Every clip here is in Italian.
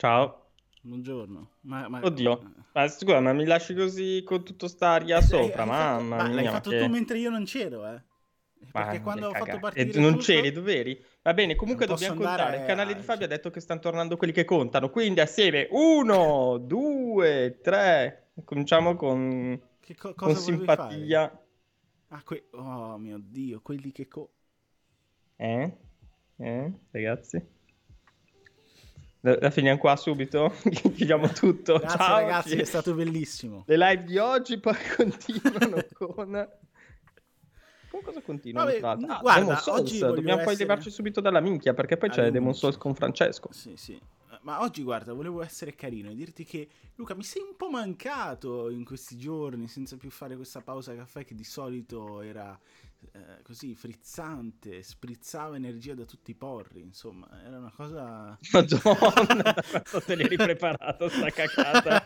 Ciao. Buongiorno. Oddio, ma scusa, ma mi lasci così con tutto sta aria sopra? Mamma Ma l'hai mia, ma fatto tu che... mentre io non c'ero, eh? Ma Perché non le quando ho fatto cagare. E tu partire non c'eri, tutto, dov'eri? Va bene, non comunque posso dobbiamo contare. Il andare canale di a... Fabio cioè, ha detto che stanno tornando quelli che contano. Quindi assieme, 1, 2, 3. Cominciamo con cosa volevi fare? simpatia. Oh mio Dio, quelli che... Eh? Ragazzi? La finiamo qua subito? Chiudiamo tutto. Grazie Ciao. ragazzi, è stato bellissimo. Le live di oggi poi continuano con... Con cosa continuano, Vabbè, tra l'altro? Ah, Demon guarda, oggi Souls. voglio Dobbiamo poi essere... levarci subito dalla minchia, perché poi alle c'è Demon Souls 11. con Francesco. Sì, sì. Ma oggi, guarda, volevo essere carino e dirti che, Luca, mi sei un po' mancato in questi giorni, senza più fare questa pausa caffè che di solito era così frizzante, sprizzava energia da tutti i porri, insomma, era una cosa... Madonna, da quanto te l'hai ripreparato sta cacata.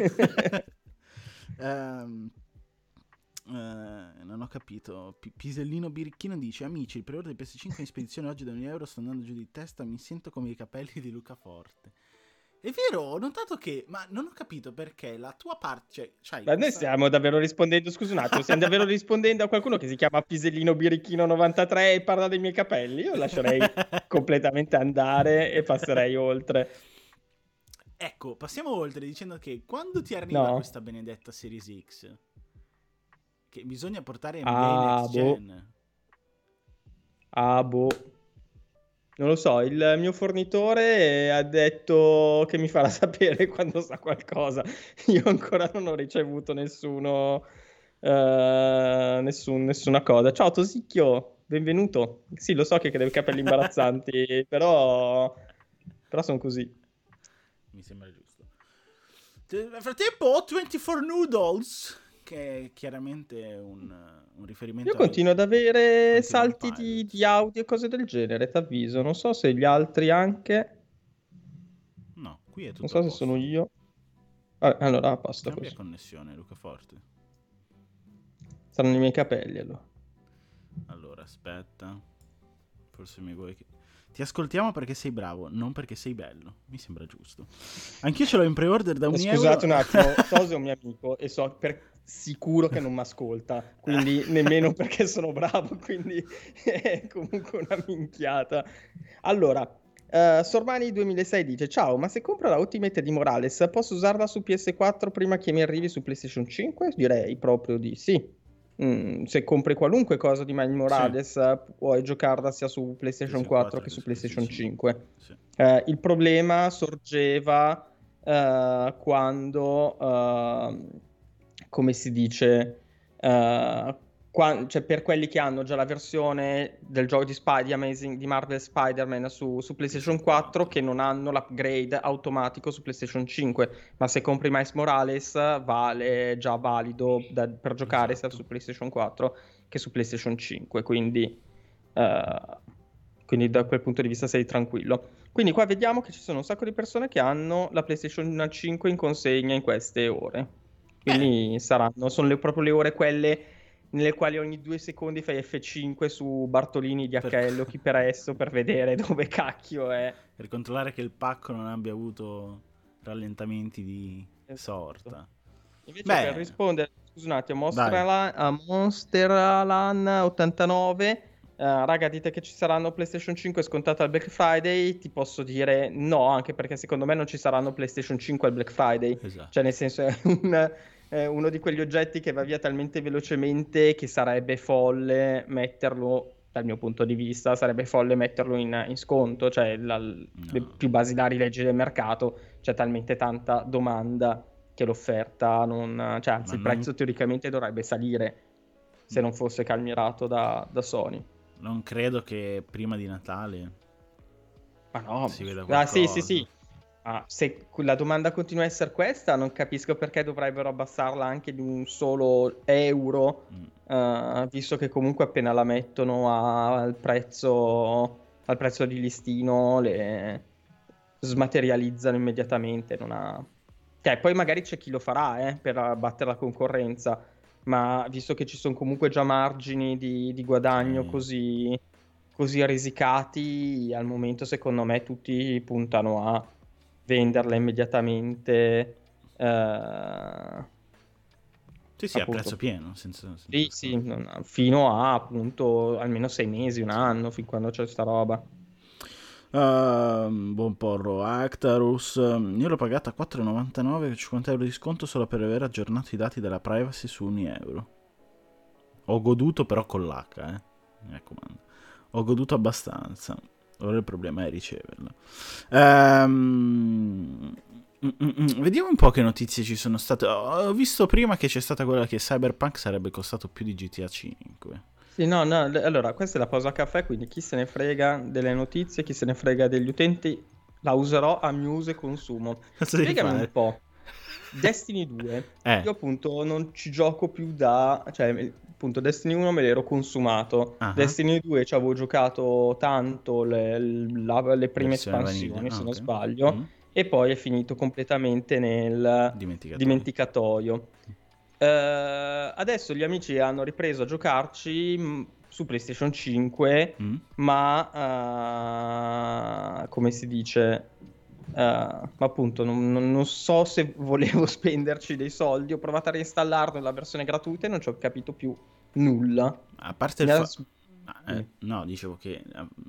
Ehm, non ho capito. Pisellino Birichino dice: Amici, il pre-order di PS5 in spedizione oggi da €1 sto andando giù di testa. Mi sento come i capelli di Luca Forte. È vero, ho notato che. Ma non ho capito perché la tua parte. Cioè, c'hai Ma noi questa. stiamo davvero rispondendo, scusa un attimo, stiamo davvero rispondendo a qualcuno che si chiama Pisellino Birichino 93 e parla dei miei capelli? Io lascerei completamente andare e passerei oltre. Ecco, passiamo oltre dicendo che quando ti arriva No? questa benedetta Series X, che bisogna portare NBA Ah, Next boh. Gen. Ah, boh. Non lo so, il mio fornitore ha detto che mi farà sapere quando sa qualcosa. Io ancora non ho ricevuto nessuna cosa. Ciao Tosicchio, benvenuto. Sì, lo so che hai dei capelli imbarazzanti, però sono così. Mi sembra giusto. Nel frattempo, 24 Noodles, che è chiaramente un Io riferimento ai continuo ad avere 21 salti di Pilots. audio e cose del genere, t'avviso. Non so se gli altri anche. No, qui è Non tutto a so se sono posto. io. Vabbè, allora, a posto Cambia così. connessione, Luca Forte. Saranno i miei capelli, allora. Allora, aspetta. Forse mi vuoi... Ti ascoltiamo perché sei bravo, non perché sei bello. Mi sembra giusto. Anch'io ce l'ho in pre-order da €1. Scusate un attimo, Tosi è un mio amico e so per sicuro che non mi ascolta, quindi nemmeno perché sono bravo, quindi è comunque una minchiata. Allora, Sormani 2006 dice: Ciao, ma se compro la Ultimate di Morales, posso usarla su PS4 prima che mi arrivi su PlayStation 5? Direi proprio di sì. Se compri qualunque cosa di Miles Sì, Morales, puoi giocarla sia su PlayStation 4 PS4 che che su su PlayStation PS5. 5. Sì. Il problema sorgeva quando, come si dice, cioè per quelli che hanno già la versione del gioco di Marvel Spider-Man su PlayStation 4 che PS4. non hanno l'upgrade automatico su PlayStation 5, ma se compri Miles Morales vale già valido per giocare sia Esatto. su PlayStation 4 che su PlayStation 5, eh, quindi da quel punto di vista sei tranquillo. Quindi qua vediamo che ci sono un sacco di persone che hanno la PlayStation 5 in consegna in queste ore. Bene. Quindi sono proprio le ore quelle nelle quali ogni 2 secondi fai F5 su Bartolini, Per, DHL o chi per esso per vedere dove cacchio è. per controllare che il pacco non abbia avuto rallentamenti di Esatto. sorta. Invece per Beh, rispondere, scusa un attimo, vai. A Monsteralan 89, raga, dite che ci saranno PlayStation 5 scontate al Black Friday, ti posso dire no, anche perché secondo me non ci saranno PlayStation 5 al Black Friday, cioè Esatto. nel senso è uno di quegli oggetti che va via talmente velocemente che sarebbe folle metterlo, dal mio punto di vista, sarebbe folle metterlo in sconto, cioè le No. più basilari leggi del mercato, c'è talmente tanta domanda che l'offerta non... cioè, Ma anzi, il non, prezzo teoricamente dovrebbe salire se non fosse calmierato da Sony. non credo che prima di Natale Ma no, si veda sì, sì, qualcosa. sì. Ah, se la domanda continua a essere questa, non capisco perché dovrebbero abbassarla anche di un solo euro, Mm. visto che comunque appena la mettono al prezzo di listino, le smaterializzano immediatamente. Non ha... Cioè, poi magari c'è chi lo farà, per battere la concorrenza, ma visto che ci sono comunque già margini di guadagno così risicati, al momento secondo me tutti puntano a venderla immediatamente. Sì, a Appunto. prezzo pieno, senza Sì, fino a appunto almeno 6 mesi, un anno, fin quando c'è sta roba. Buon porro Actarus, io l'ho pagata a 4,99 con 50 euro di sconto solo per aver aggiornato i dati della privacy su €1. Ho goduto però con l'H, mi raccomando. Ho goduto abbastanza. Ora il problema è riceverla. Vediamo un po' che notizie ci sono state. Ho visto prima che c'è stata quella che Cyberpunk sarebbe costato più di GTA 5. Sì, no, no, allora, questa è la pausa caffè, quindi chi se ne frega delle notizie, chi se ne frega degli utenti, la userò a mio uso e consumo. Cosa devi Spiegami fare? un po', Destiny 2, Eh. io appunto non ci gioco più cioè appunto Destiny 1 me l'ero consumato, Ah. Destiny 2 ci avevo giocato tanto le prime Versione vaniglia. espansioni, Ah, se non ok. sbaglio, e poi è finito completamente nel Dimenticatoio. dimenticatoio. Adesso gli amici hanno ripreso a giocarci su PlayStation 5, Mm? ma come si dice, ma appunto non so se volevo spenderci dei soldi. Ho provato a reinstallarlo nella versione gratuita e non ci ho capito più nulla. A parte il Mi ha fatto... s- dimmi. no, dicevo che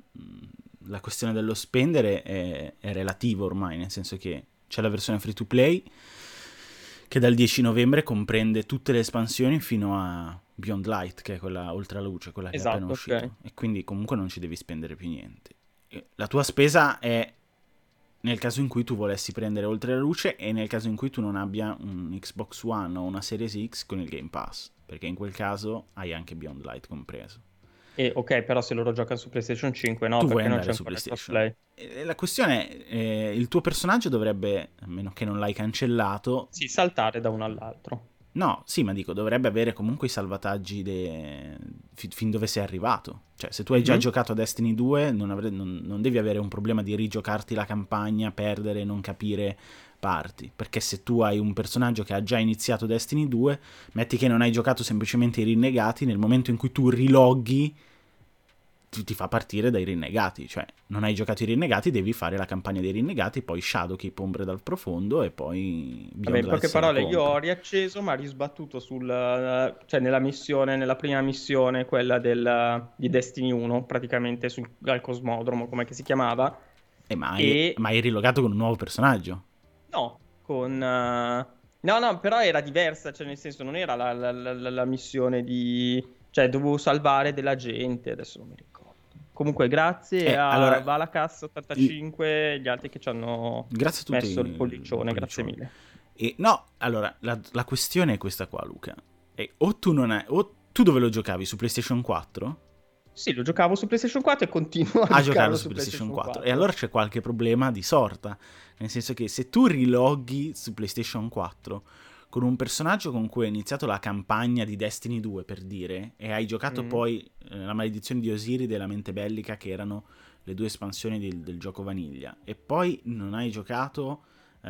la questione dello spendere è relativa ormai, nel senso che c'è la versione free to play che dal 10 novembre comprende tutte le espansioni fino a Beyond Light, che è quella oltre la luce, quella che è appena Esatto, ok. uscito. E quindi comunque non ci devi spendere più niente. La tua spesa è nel caso in cui tu volessi prendere oltre la luce e nel caso in cui tu non abbia un Xbox One o una Series X con il Game Pass, perché in quel caso hai anche Beyond Light compreso. E ok, però se loro giocano su PlayStation 5, no, Tu vuoi perché non andare c'è su ancora il PlayStation. crossplay. La questione è, il tuo personaggio dovrebbe, a meno che non l'hai cancellato, Sì, saltare da uno all'altro. no, sì, ma dico, dovrebbe avere comunque i salvataggi fin dove sei arrivato. Cioè, se tu hai già Mhm. giocato a Destiny 2, non devi avere un problema di rigiocarti la campagna, perdere, non capire parti. Perché se tu hai un personaggio che ha già iniziato Destiny 2, metti che non hai giocato semplicemente i rinnegati, nel momento in cui tu riloghi ti fa partire dai rinnegati, cioè non hai giocato i rinnegati, devi fare la campagna dei rinnegati, poi Shadowkeep, Ombre dal profondo e poi Vabbè, Beyond in Light poche se la parole, io compri. ho riacceso, ma risbattuto cioè nella missione, nella prima missione, quella di Destiny 1, praticamente al cosmodromo, come che si chiamava, E e ma hai rilogato con un nuovo personaggio. no, no, no, però era diversa, cioè nel senso non era la missione cioè dovevo salvare della gente, adesso non mi ricordo. Comunque grazie a Allora, Valacast il- 85 e gli altri che ci hanno grazie a tutti messo il il pollicione, grazie pollicione. mille. E no, allora, la questione è questa qua, Luca. O tu non hai... O tu dove lo giocavi? Su PlayStation 4? Sì, lo giocavo su PlayStation 4 e continuo a A giocarlo giocarlo su su PlayStation PlayStation 4. E 4. allora c'è qualche problema di sorta. Nel senso che se tu riloghi su PlayStation 4 con un personaggio con cui hai iniziato la campagna di Destiny 2, per dire, e hai giocato Mm. poi la maledizione di Osiris e la mente bellica, che erano le due espansioni del gioco vaniglia, e poi non hai giocato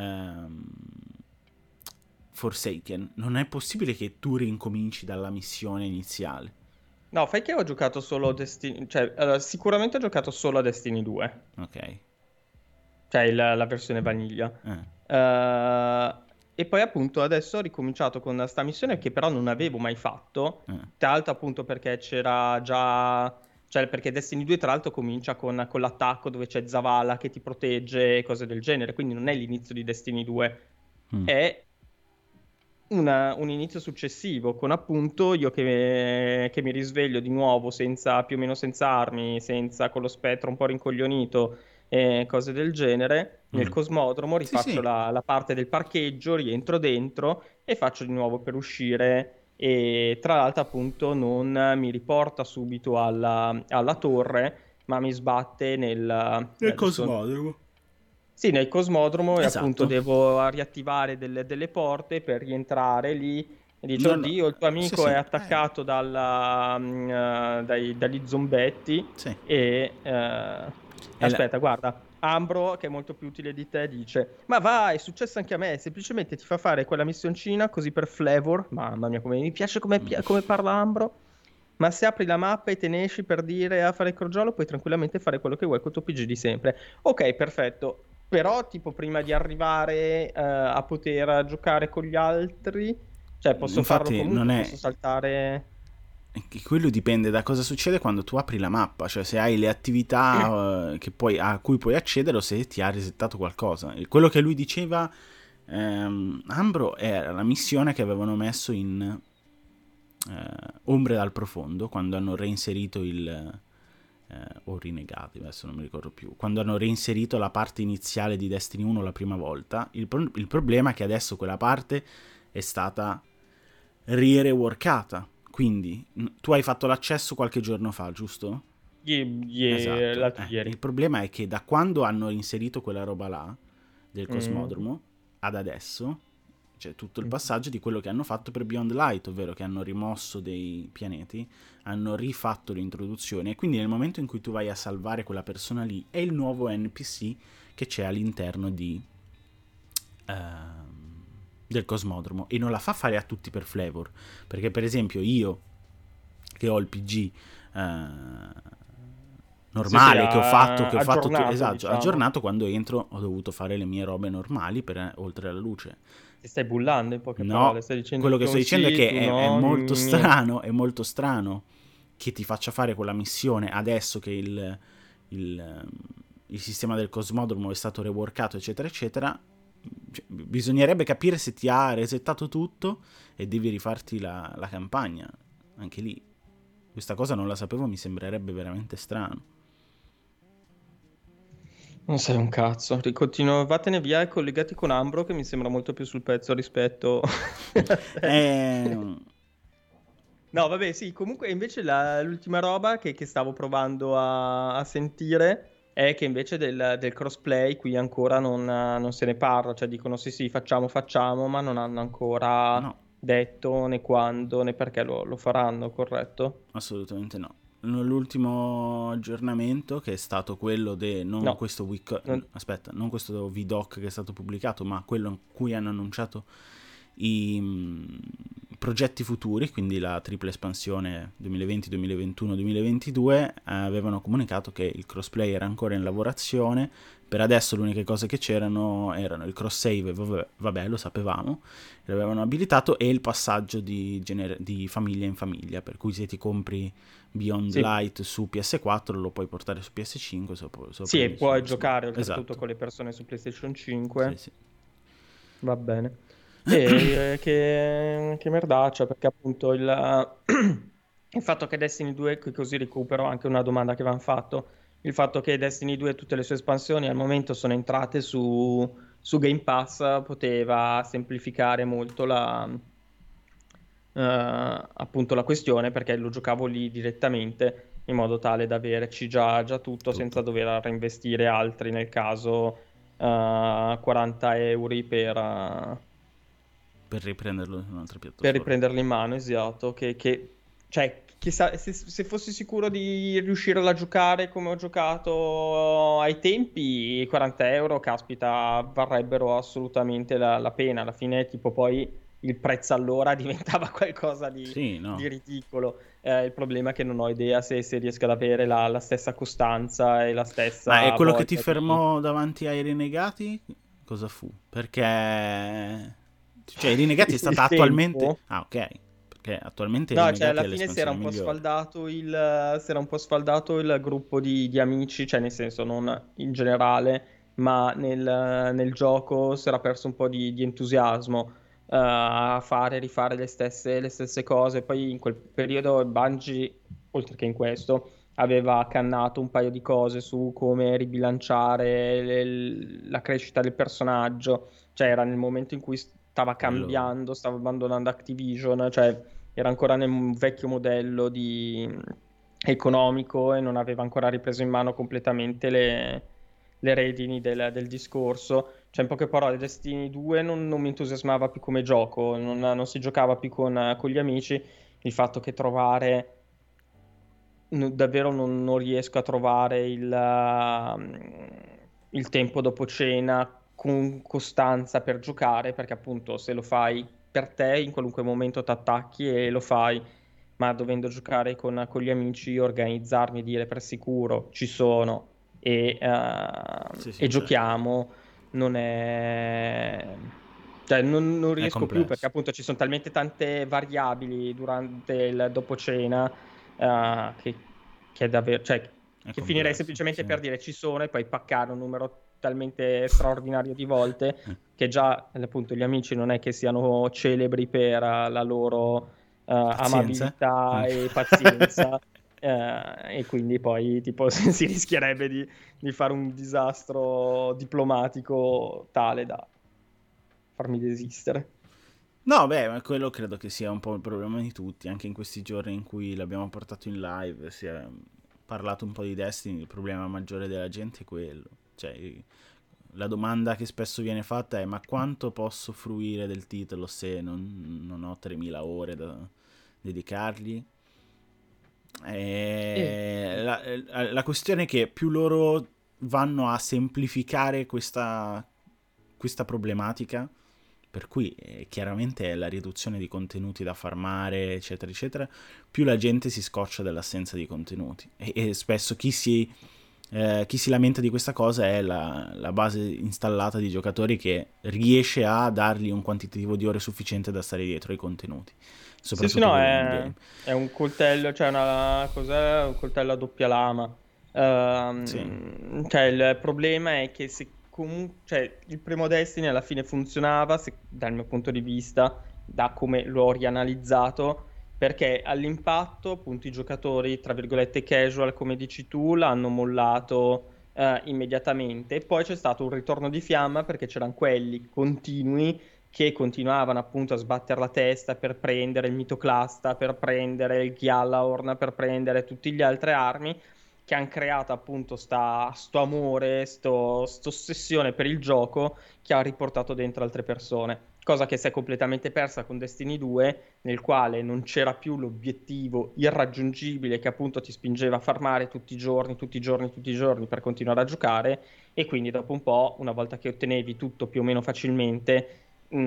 Forsaken, non è possibile che tu rincominci dalla missione iniziale. No, fai che ho giocato solo Destiny, cioè allora, sicuramente ho giocato solo a Destiny 2, Ok. cioè la versione vaniglia. Eh, E poi appunto adesso ho ricominciato con sta missione che però non avevo mai fatto, eh. tra l'altro appunto perché c'era già, cioè perché Destiny 2 tra l'altro comincia con l'attacco dove c'è Zavala che ti protegge e cose del genere, quindi non è l'inizio di Destiny 2, Mm. è un inizio successivo, con appunto io che mi risveglio di nuovo senza, più o meno senza armi, con lo spettro un po' rincoglionito e cose del genere, nel Mm. cosmodromo Sì, rifaccio sì. la parte del parcheggio, rientro dentro e faccio di nuovo per uscire. E tra l'altro appunto non mi riporta subito alla torre, ma mi sbatte Nel adesso cosmodromo. sì, nel cosmodromo e appunto Esatto. devo riattivare delle porte per rientrare lì e dice, Non... oddio, il tuo Sì, amico è sì. attaccato dagli zombetti Sì. e... È la- aspetta, guarda, Ambro, che è molto più utile di te, dice, ma va, è successo anche a me, semplicemente ti fa fare quella missioncina così per flavor, mamma mia, come mi piace come parla Ambro, ma se apri la mappa e te ne esci per dire a fare il crogiolo, puoi tranquillamente fare quello che vuoi col tuo PG di sempre. Ok, perfetto. però tipo prima di arrivare a poter giocare con gli altri, cioè posso farlo Infatti non comunque, è... posso saltare... che quello dipende da cosa succede quando tu apri la mappa, cioè se hai le attività a cui puoi accedere o se ti ha resettato qualcosa. E quello che lui diceva, Ambro, era la missione che avevano messo in Ombre dal profondo, quando hanno reinserito o Rinnegati, adesso non mi ricordo più, quando hanno reinserito la parte iniziale di Destiny 1 la prima volta. Il problema è che adesso quella parte è stata reworkata, quindi tu hai fatto l'accesso qualche giorno fa, giusto? Esatto. L'altro ieri. Il problema è che da quando hanno inserito quella roba là del Mm. cosmodromo ad adesso c'è tutto il Mm. passaggio di quello che hanno fatto per Beyond Light, ovvero che hanno rimosso dei pianeti, hanno rifatto le introduzioni, e quindi nel momento in cui tu vai a salvare quella persona lì è il nuovo NPC che c'è all'interno del cosmodromo, e non la fa fare a tutti per flavor, perché per esempio io che ho il PG Sì, sì, normale, che ho fatto aggiornato, esatto, diciamo. aggiornato, quando entro ho dovuto fare le mie robe normali per oltre alla luce. Ti stai bullando in poche parole, No, stai dicendo quello che io sto un dicendo è sì, che tu è no, molto niente. strano, è molto strano che ti faccia fare quella missione adesso che il, il sistema del cosmodromo è stato reworkato, eccetera, eccetera. Cioè, bisognerebbe capire se ti ha resettato tutto e devi rifarti la campagna. Anche lì, questa cosa non la sapevo, mi sembrerebbe veramente strano. Non sei un cazzo. Continuo, vattene via e collegati con Ambro che mi sembra molto più sul pezzo rispetto a te. Eh, No, vabbè, sì, comunque invece l'ultima roba che stavo provando a sentire è che invece del crossplay qui ancora non se ne parla, cioè dicono sì sì facciamo, ma non hanno ancora no, detto né quando né perché lo faranno, corretto? assolutamente no. L'ultimo aggiornamento, che è stato quello non No, questo non- aspetta, non questo VDoc che è stato pubblicato, ma quello in cui hanno annunciato i progetti futuri, quindi la tripla espansione 2020, 2021, 2022, avevano comunicato che il crossplay era ancora in lavorazione. Per adesso le uniche cose che c'erano erano il cross save, vabbè, lo sapevamo, l'avevano abilitato, e il passaggio di famiglia in famiglia, per cui se ti compri Beyond sì, Light su PS4 lo puoi portare su PS5 se lo sì, e prendi su puoi giocare Xbox. oltretutto Esatto. con le persone su PlayStation Sì, 5. sì. Va bene. E che merdaccia, perché appunto il fatto che Destiny 2, così recupero anche una domanda che avevano fatto, il fatto che Destiny 2 e tutte le sue espansioni al momento sono entrate su Game Pass poteva semplificare molto appunto la questione, perché lo giocavo lì direttamente in modo tale da averci già tutto senza Tutto. dover reinvestire altri nel caso 40 euro Per riprenderlo su un'altra per piattaforma. riprenderli in mano, esatto, cioè, chissà, se fossi sicuro di riuscire a giocare come ho giocato ai tempi, 40 euro, caspita, varrebbero assolutamente la pena. Alla fine, tipo, poi il prezzo all'ora diventava qualcosa Sì, di no. ridicolo. Il problema è che non ho idea se riesco ad avere la stessa costanza e la Ma è stessa quello che ti voglia di... fermò davanti ai Renegati? Cosa fu? Perché... Cioè, i Renegati è stata Il attualmente... tempo. Ah, ok. Perché attualmente i No, cioè Renegati alla è fine si era l'espansione un po' migliore. sfaldato si era un po' sfaldato il gruppo di amici, cioè nel senso non in generale, ma nel gioco si era perso un po' di entusiasmo a fare e rifare le stesse cose. Poi in quel periodo Bungie, oltre che in questo, aveva cannato un paio di cose su come ribilanciare la crescita del personaggio, cioè era nel momento in cui stava Quello... cambiando, stava abbandonando Activision, cioè era ancora nel vecchio modello economico e non aveva ancora ripreso in mano completamente le redini del discorso. Cioè, in poche parole, Destiny 2 non mi entusiasmava più come gioco, non si giocava più con gli amici. Il fatto che trovare davvero non riesco a trovare il tempo dopo cena con costanza per giocare, perché appunto se lo fai per te in qualunque momento ti attacchi e lo fai, ma dovendo giocare con gli amici, organizzarmi, dire per sicuro ci sono. Sì, e sì, certo. giochiamo, non è... Cioè, non È riesco più perché complesso. appunto ci sono talmente tante variabili durante il dopo cena che è davvero... Cioè, È che finirei complesso, semplicemente sì. per dire ci sono e poi paccare un numero talmente straordinario di volte che già appunto gli amici non è che siano celebri per la loro Pazienza? amabilità e pazienza, e quindi poi tipo si rischierebbe di fare un disastro diplomatico tale da farmi desistere. No, beh, ma quello credo che sia un po' il problema di tutti, anche in questi giorni in cui l'abbiamo portato in live, si è parlato un po' di Destiny, il problema maggiore della gente è quello. Cioè, la domanda che spesso viene fatta è: ma quanto posso fruire del titolo se non ho 3000 ore da dedicargli? E La questione è che più loro vanno a semplificare questa problematica, per cui chiaramente è la riduzione di contenuti da farmare, eccetera, eccetera, più la gente si scoccia dell'assenza di contenuti. E spesso chi si lamenta di questa cosa è la base installata di giocatori che riesce a dargli un quantitativo di ore sufficiente da stare dietro ai contenuti, sì, sì, soprattutto no, con l'endgame. è un coltello, cioè una, cos'è? Un coltello a doppia lama. Sì, Cioè, il problema è che se comunque, cioè, il primo Destiny alla fine funzionava, dal mio punto di vista, da come l'ho rianalizzato, perché all'impatto, appunto, i giocatori, tra virgolette, casual, come dici tu, l'hanno mollato immediatamente. Poi c'è stato un ritorno di fiamma perché c'erano quelli continui che continuavano appunto a sbattere la testa per prendere il Mitoclasta, per prendere il Gjallarhorn, per prendere tutte le altre armi, che hanno creato appunto sto amore, sto ossessione per il gioco che ha riportato dentro altre persone. Cosa che si è completamente persa con Destiny 2, nel quale non c'era più l'obiettivo irraggiungibile che appunto ti spingeva a farmare tutti i giorni, tutti i giorni, tutti i giorni per continuare a giocare, e quindi dopo un po', una volta che ottenevi tutto più o meno facilmente,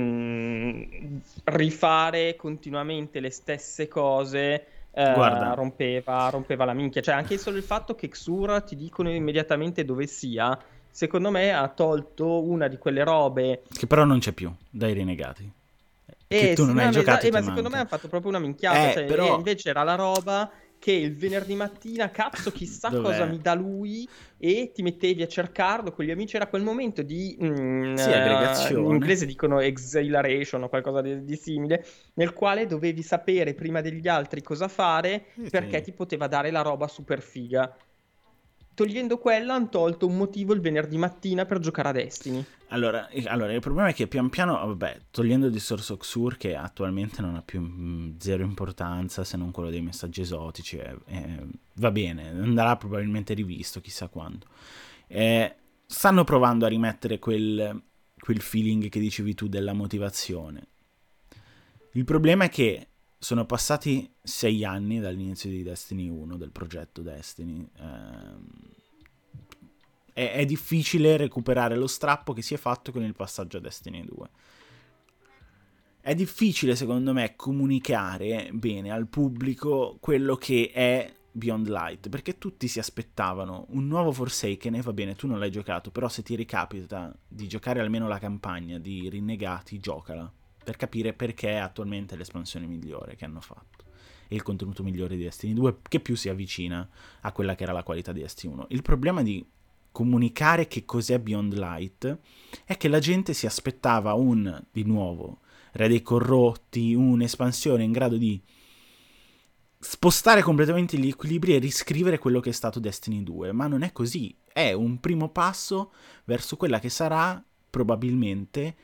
rifare continuamente le stesse cose guarda, rompeva la minchia. Cioè, anche solo il fatto che Xur ti dicono immediatamente dove sia, secondo me ha tolto una di quelle robe. che però non c'è più dai Renegati. Che tu non hai No, giocato e ti ma secondo me manca. hanno fatto proprio una minchiata. Cioè, Però... invece era la roba che il venerdì mattina, cazzo, chissà cosa Dov'è? mi dà lui, e ti mettevi a cercarlo con gli amici. Era quel momento di, Sì, in aggregazione. inglese dicono exhilaration o qualcosa di simile, nel quale dovevi sapere prima degli altri cosa fare Sì, perché sì. ti poteva dare la roba super figa. Togliendo quella, hanno tolto un motivo il venerdì mattina per giocare a Destiny. Allora, il problema è che pian piano, vabbè, togliendo il discorso Xur, che attualmente non ha più zero importanza se non quello dei messaggi esotici, va bene, andrà probabilmente rivisto, chissà quando. Stanno provando a rimettere quel feeling che dicevi tu della motivazione. Il problema è che sono passati 6 anni dall'inizio di Destiny 1, del progetto Destiny. È difficile recuperare lo strappo che si è fatto con il passaggio a Destiny 2. È difficile, secondo me, comunicare bene al pubblico quello che è Beyond Light, perché tutti si aspettavano un nuovo Forsaken, e va bene, tu non l'hai giocato, però se ti ricapita di giocare almeno la campagna di Rinnegati, giocala, per capire perché è attualmente l'espansione migliore che hanno fatto e il contenuto migliore di Destiny 2, che più si avvicina a quella che era la qualità di Destiny 1. Il problema di comunicare che cos'è Beyond Light è che la gente si aspettava di nuovo, Re dei Corrotti, un'espansione in grado di spostare completamente gli equilibri e riscrivere quello che è stato Destiny 2, ma non è così. È un primo passo verso quella che sarà probabilmente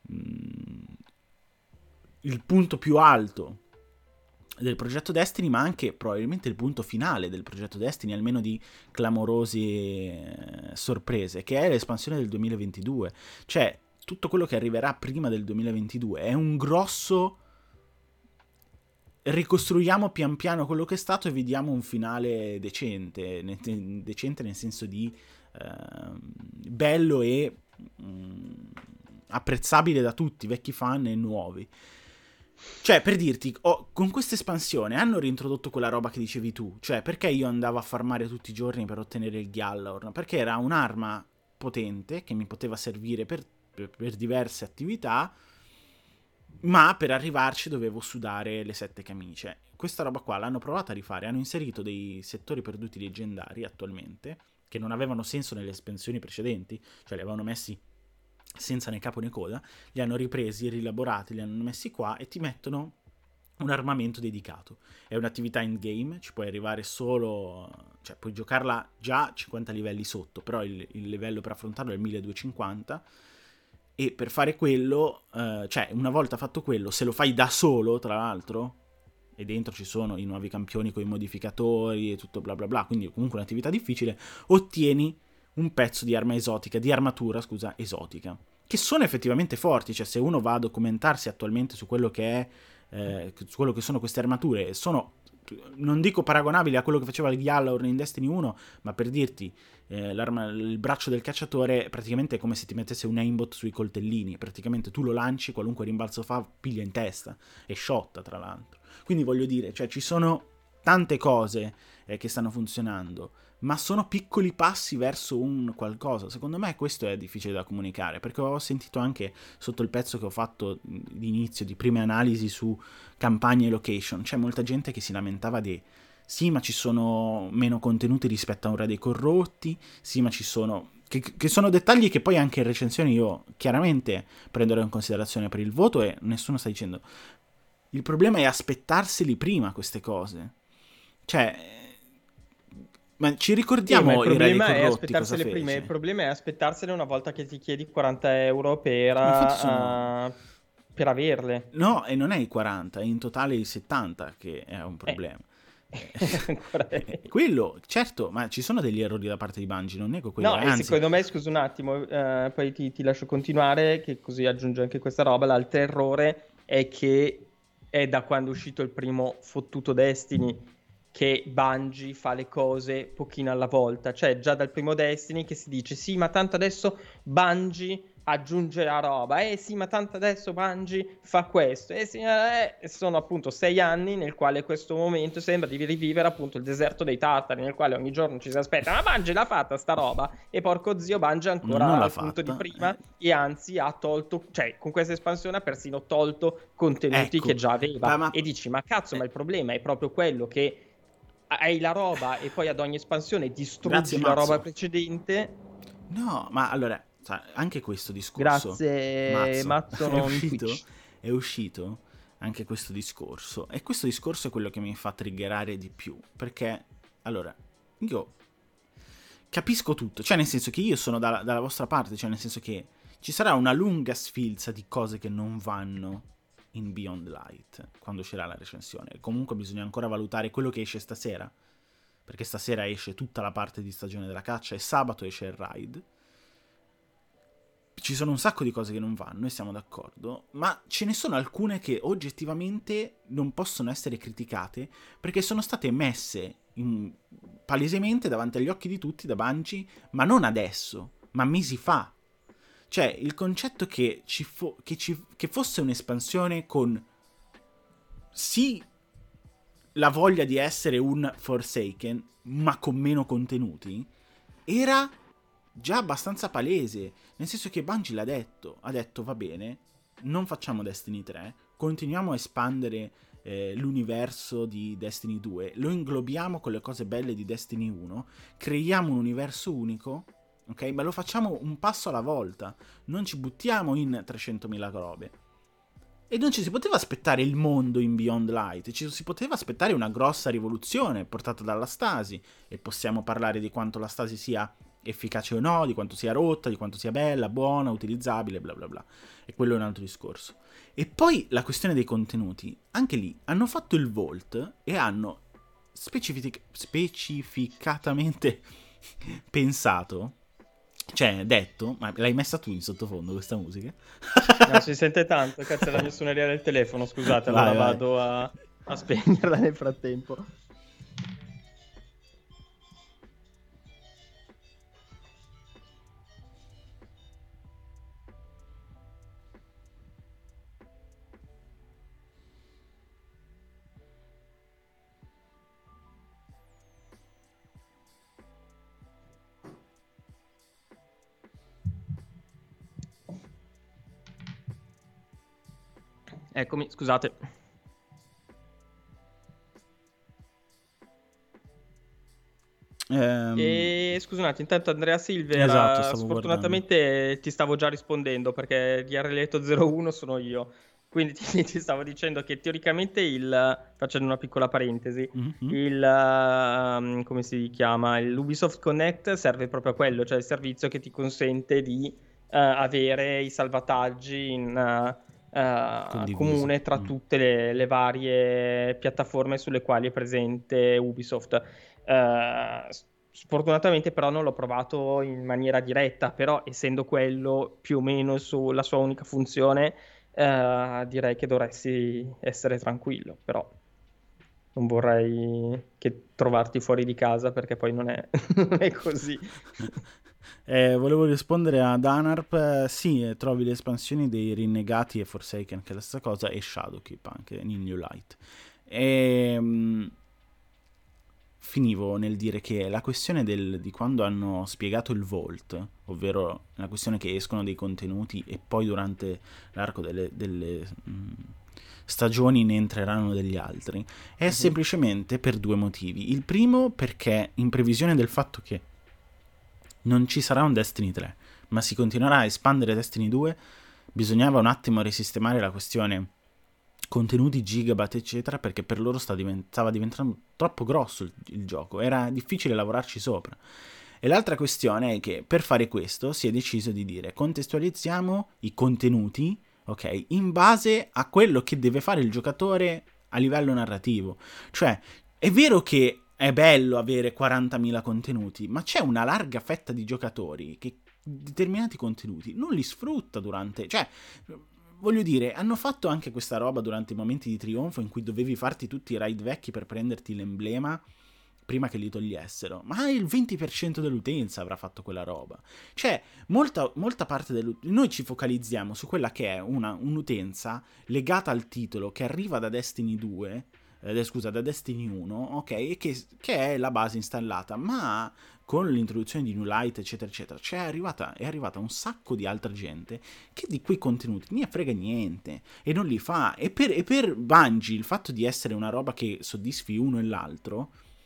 il punto più alto del progetto Destiny, ma anche probabilmente il punto finale del progetto Destiny, almeno di clamorose sorprese, che è l'espansione del 2022. Cioè, tutto quello che arriverà prima del 2022 è un grosso ricostruiamo pian piano quello che è stato e vediamo un finale decente, decente nel senso di bello e apprezzabile da tutti, vecchi fan e nuovi. Cioè, per dirti, con questa espansione hanno reintrodotto quella roba che dicevi tu. Cioè, perché io andavo a farmare tutti i giorni per ottenere il Gjallarhorn? Perché era un'arma potente che mi poteva servire per diverse attività, ma per arrivarci dovevo sudare le 7 camicie. Questa roba qua l'hanno provata a rifare. Hanno inserito dei settori perduti leggendari attualmente, che non avevano senso nelle espansioni precedenti. Cioè, li avevano messi senza né capo né coda, li hanno ripresi, rielaborati, li hanno messi qua e ti mettono un armamento dedicato. È un'attività in game, ci puoi arrivare solo, cioè puoi giocarla già 50 livelli sotto, però il livello per affrontarlo è il 1250 e per fare quello, cioè una volta fatto quello, se lo fai da solo, tra l'altro, e dentro ci sono i nuovi campioni con i modificatori e tutto bla bla bla, quindi comunque un'attività difficile, ottieni un pezzo di arma esotica, di armatura, scusa, esotica, che sono effettivamente forti, cioè se uno va a documentarsi attualmente su quello che è, su quello che sono queste armature, sono, non dico paragonabili a quello che faceva il Gjallarhorn in Destiny 1, ma per dirti, il braccio del cacciatore praticamente è come se ti mettesse un aimbot sui coltellini, praticamente tu lo lanci, qualunque rimbalzo fa, piglia in testa, è sciotta tra l'altro. Quindi voglio dire, cioè ci sono tante cose che stanno funzionando, ma sono piccoli passi verso un qualcosa. Secondo me questo è difficile da comunicare, perché ho sentito anche sotto il pezzo che ho fatto di inizio, di prime analisi su campagne e location, c'è molta gente che si lamentava di sì, ma ci sono meno contenuti rispetto a un Re dei Corrotti, sì, ma ci sono... Che sono dettagli che poi anche in recensione io chiaramente prenderò in considerazione per il voto e nessuno sta dicendo. Il problema è aspettarseli prima queste cose. Cioè, ma ci Sì, ma il ricordiamo i Re dei problema è Corrotti cosa aspettarsele prima, il fece? problema è aspettarsele una volta che ti chiedi 40 euro Ma infatti sono... per averle. No, e non è i 40, è in totale i 70 che è un Eh, problema. ancora Quello, certo, ma ci sono degli errori da parte di Bungie, non nego quello, No, e e anzi, secondo me, scusa un attimo, poi ti lascio continuare, che così aggiungo anche questa roba. L'altro errore è che è da quando è uscito il primo fottuto Destiny che Bungie fa le cose pochino alla volta. Cioè, già dal primo Destiny che si dice, sì, ma tanto adesso Bungie aggiungerà roba. Sì, ma tanto adesso Bungie fa questo. Sì, sono appunto 6 anni nel quale questo momento sembra di rivivere appunto il deserto dei tartari, nel quale ogni giorno ci si aspetta, ma Bungie l'ha fatta sta roba? E porco zio, Bungie è non ancora l'ha al punto di fatta. prima e anzi ha tolto, cioè con questa espansione ha persino tolto contenuti che Ecco, già aveva. ma E dici, ma cazzo, ma eh, il problema è proprio quello che hai la roba e poi ad ogni espansione grazie distruggi la roba Mazzo. precedente. No, ma allora, anche questo discorso, Grazie, Mazzo, Mazzo, non uscito, Twitch. è uscito anche questo discorso. E questo discorso è quello che mi fa triggerare di più. Perché, allora, io capisco tutto. Cioè, nel senso che io sono dalla vostra parte. Cioè, nel senso che ci sarà una lunga sfilza di cose che non vanno in Beyond Light quando uscirà la recensione. Comunque bisogna ancora valutare quello che esce stasera. Perché stasera esce tutta la parte di stagione della caccia e sabato esce il raid. Ci sono un sacco di cose che non vanno, e siamo d'accordo, ma ce ne sono alcune che oggettivamente non possono essere criticate perché sono state messe palesemente davanti agli occhi di tutti da Bungie, ma non adesso, ma mesi fa. Cioè, il concetto che fosse un'espansione con sì la voglia di essere un Forsaken, ma con meno contenuti, era già abbastanza palese. Nel senso che Bungie l'ha detto, ha detto va bene, non facciamo Destiny 3, continuiamo a espandere l'universo di Destiny 2, lo inglobiamo con le cose belle di Destiny 1, creiamo un universo unico, ok? Ma lo facciamo un passo alla volta, non ci buttiamo in 300.000 robe. E non ci si poteva aspettare il mondo in Beyond Light, ci si poteva aspettare una grossa rivoluzione portata dalla Stasi, e possiamo parlare di quanto la Stasi sia efficace o no, di quanto sia rotta, di quanto sia bella, buona, utilizzabile, bla bla bla. E quello è un altro discorso. E poi la questione dei contenuti, anche lì hanno fatto il Vault e hanno specificatamente pensato, cioè detto, ma l'hai messa tu in sottofondo questa musica? No, si sente tanto, cazzo, è la mia suoneria del telefono, scusate, allora Vai, vai. vado a spegnerla nel frattempo. Eccomi, scusate. E scusa un attimo, intanto Andrea Esatto, Silvera, stavo guardando. sfortunatamente ti stavo già rispondendo perché di Arleto 01 sono io. Quindi ti stavo dicendo che teoricamente facendo una piccola parentesi, Mhm. come si chiama? L'Ubisoft Connect serve proprio a quello, cioè il servizio che ti consente di avere i salvataggi in Condivisi. comune tra tutte le varie piattaforme sulle quali è presente Ubisoft. Sfortunatamente però non l'ho provato in maniera diretta, però essendo quello più o meno la sua unica funzione, direi che dovresti essere tranquillo, però non vorrei che trovarti fuori di casa perché poi non è, non è così. Volevo rispondere ad Anarp, sì, trovi le espansioni dei Rinnegati e Forsaken, che è la stessa cosa, e Shadowkeep anche in New Light. E, finivo nel dire che la questione di quando hanno spiegato il Vault, ovvero la questione che escono dei contenuti e poi durante l'arco delle stagioni ne entreranno degli altri, è Mhm. semplicemente per due motivi. Il primo perché in previsione del fatto che non ci sarà un Destiny 3, ma si continuerà a espandere Destiny 2, bisognava un attimo risistemare la questione contenuti, gigabyte, eccetera, perché per loro stava diventando troppo grosso il gioco, era difficile lavorarci sopra. E l'altra questione è che per fare questo si è deciso di dire contestualizziamo i contenuti, ok, in base a quello che deve fare il giocatore a livello narrativo. Cioè, è vero che è bello avere 40.000 contenuti, ma c'è una larga fetta di giocatori che determinati contenuti non li sfrutta durante... Cioè, voglio dire, hanno fatto anche questa roba durante i momenti di trionfo in cui dovevi farti tutti i raid vecchi per prenderti l'emblema prima che li togliessero, ma il 20% dell'utenza avrà fatto quella roba. Cioè, molta parte dell'utenza... Noi ci focalizziamo su quella che è un'utenza legata al titolo che arriva da Destiny 2, scusa, da Destiny 1, ok, e che è la base installata, ma con l'introduzione di New Light, eccetera, eccetera, è arrivata un sacco di altra gente che di quei contenuti ne frega niente e non li fa. E per Bungie il fatto di essere una roba che soddisfi uno e l'altro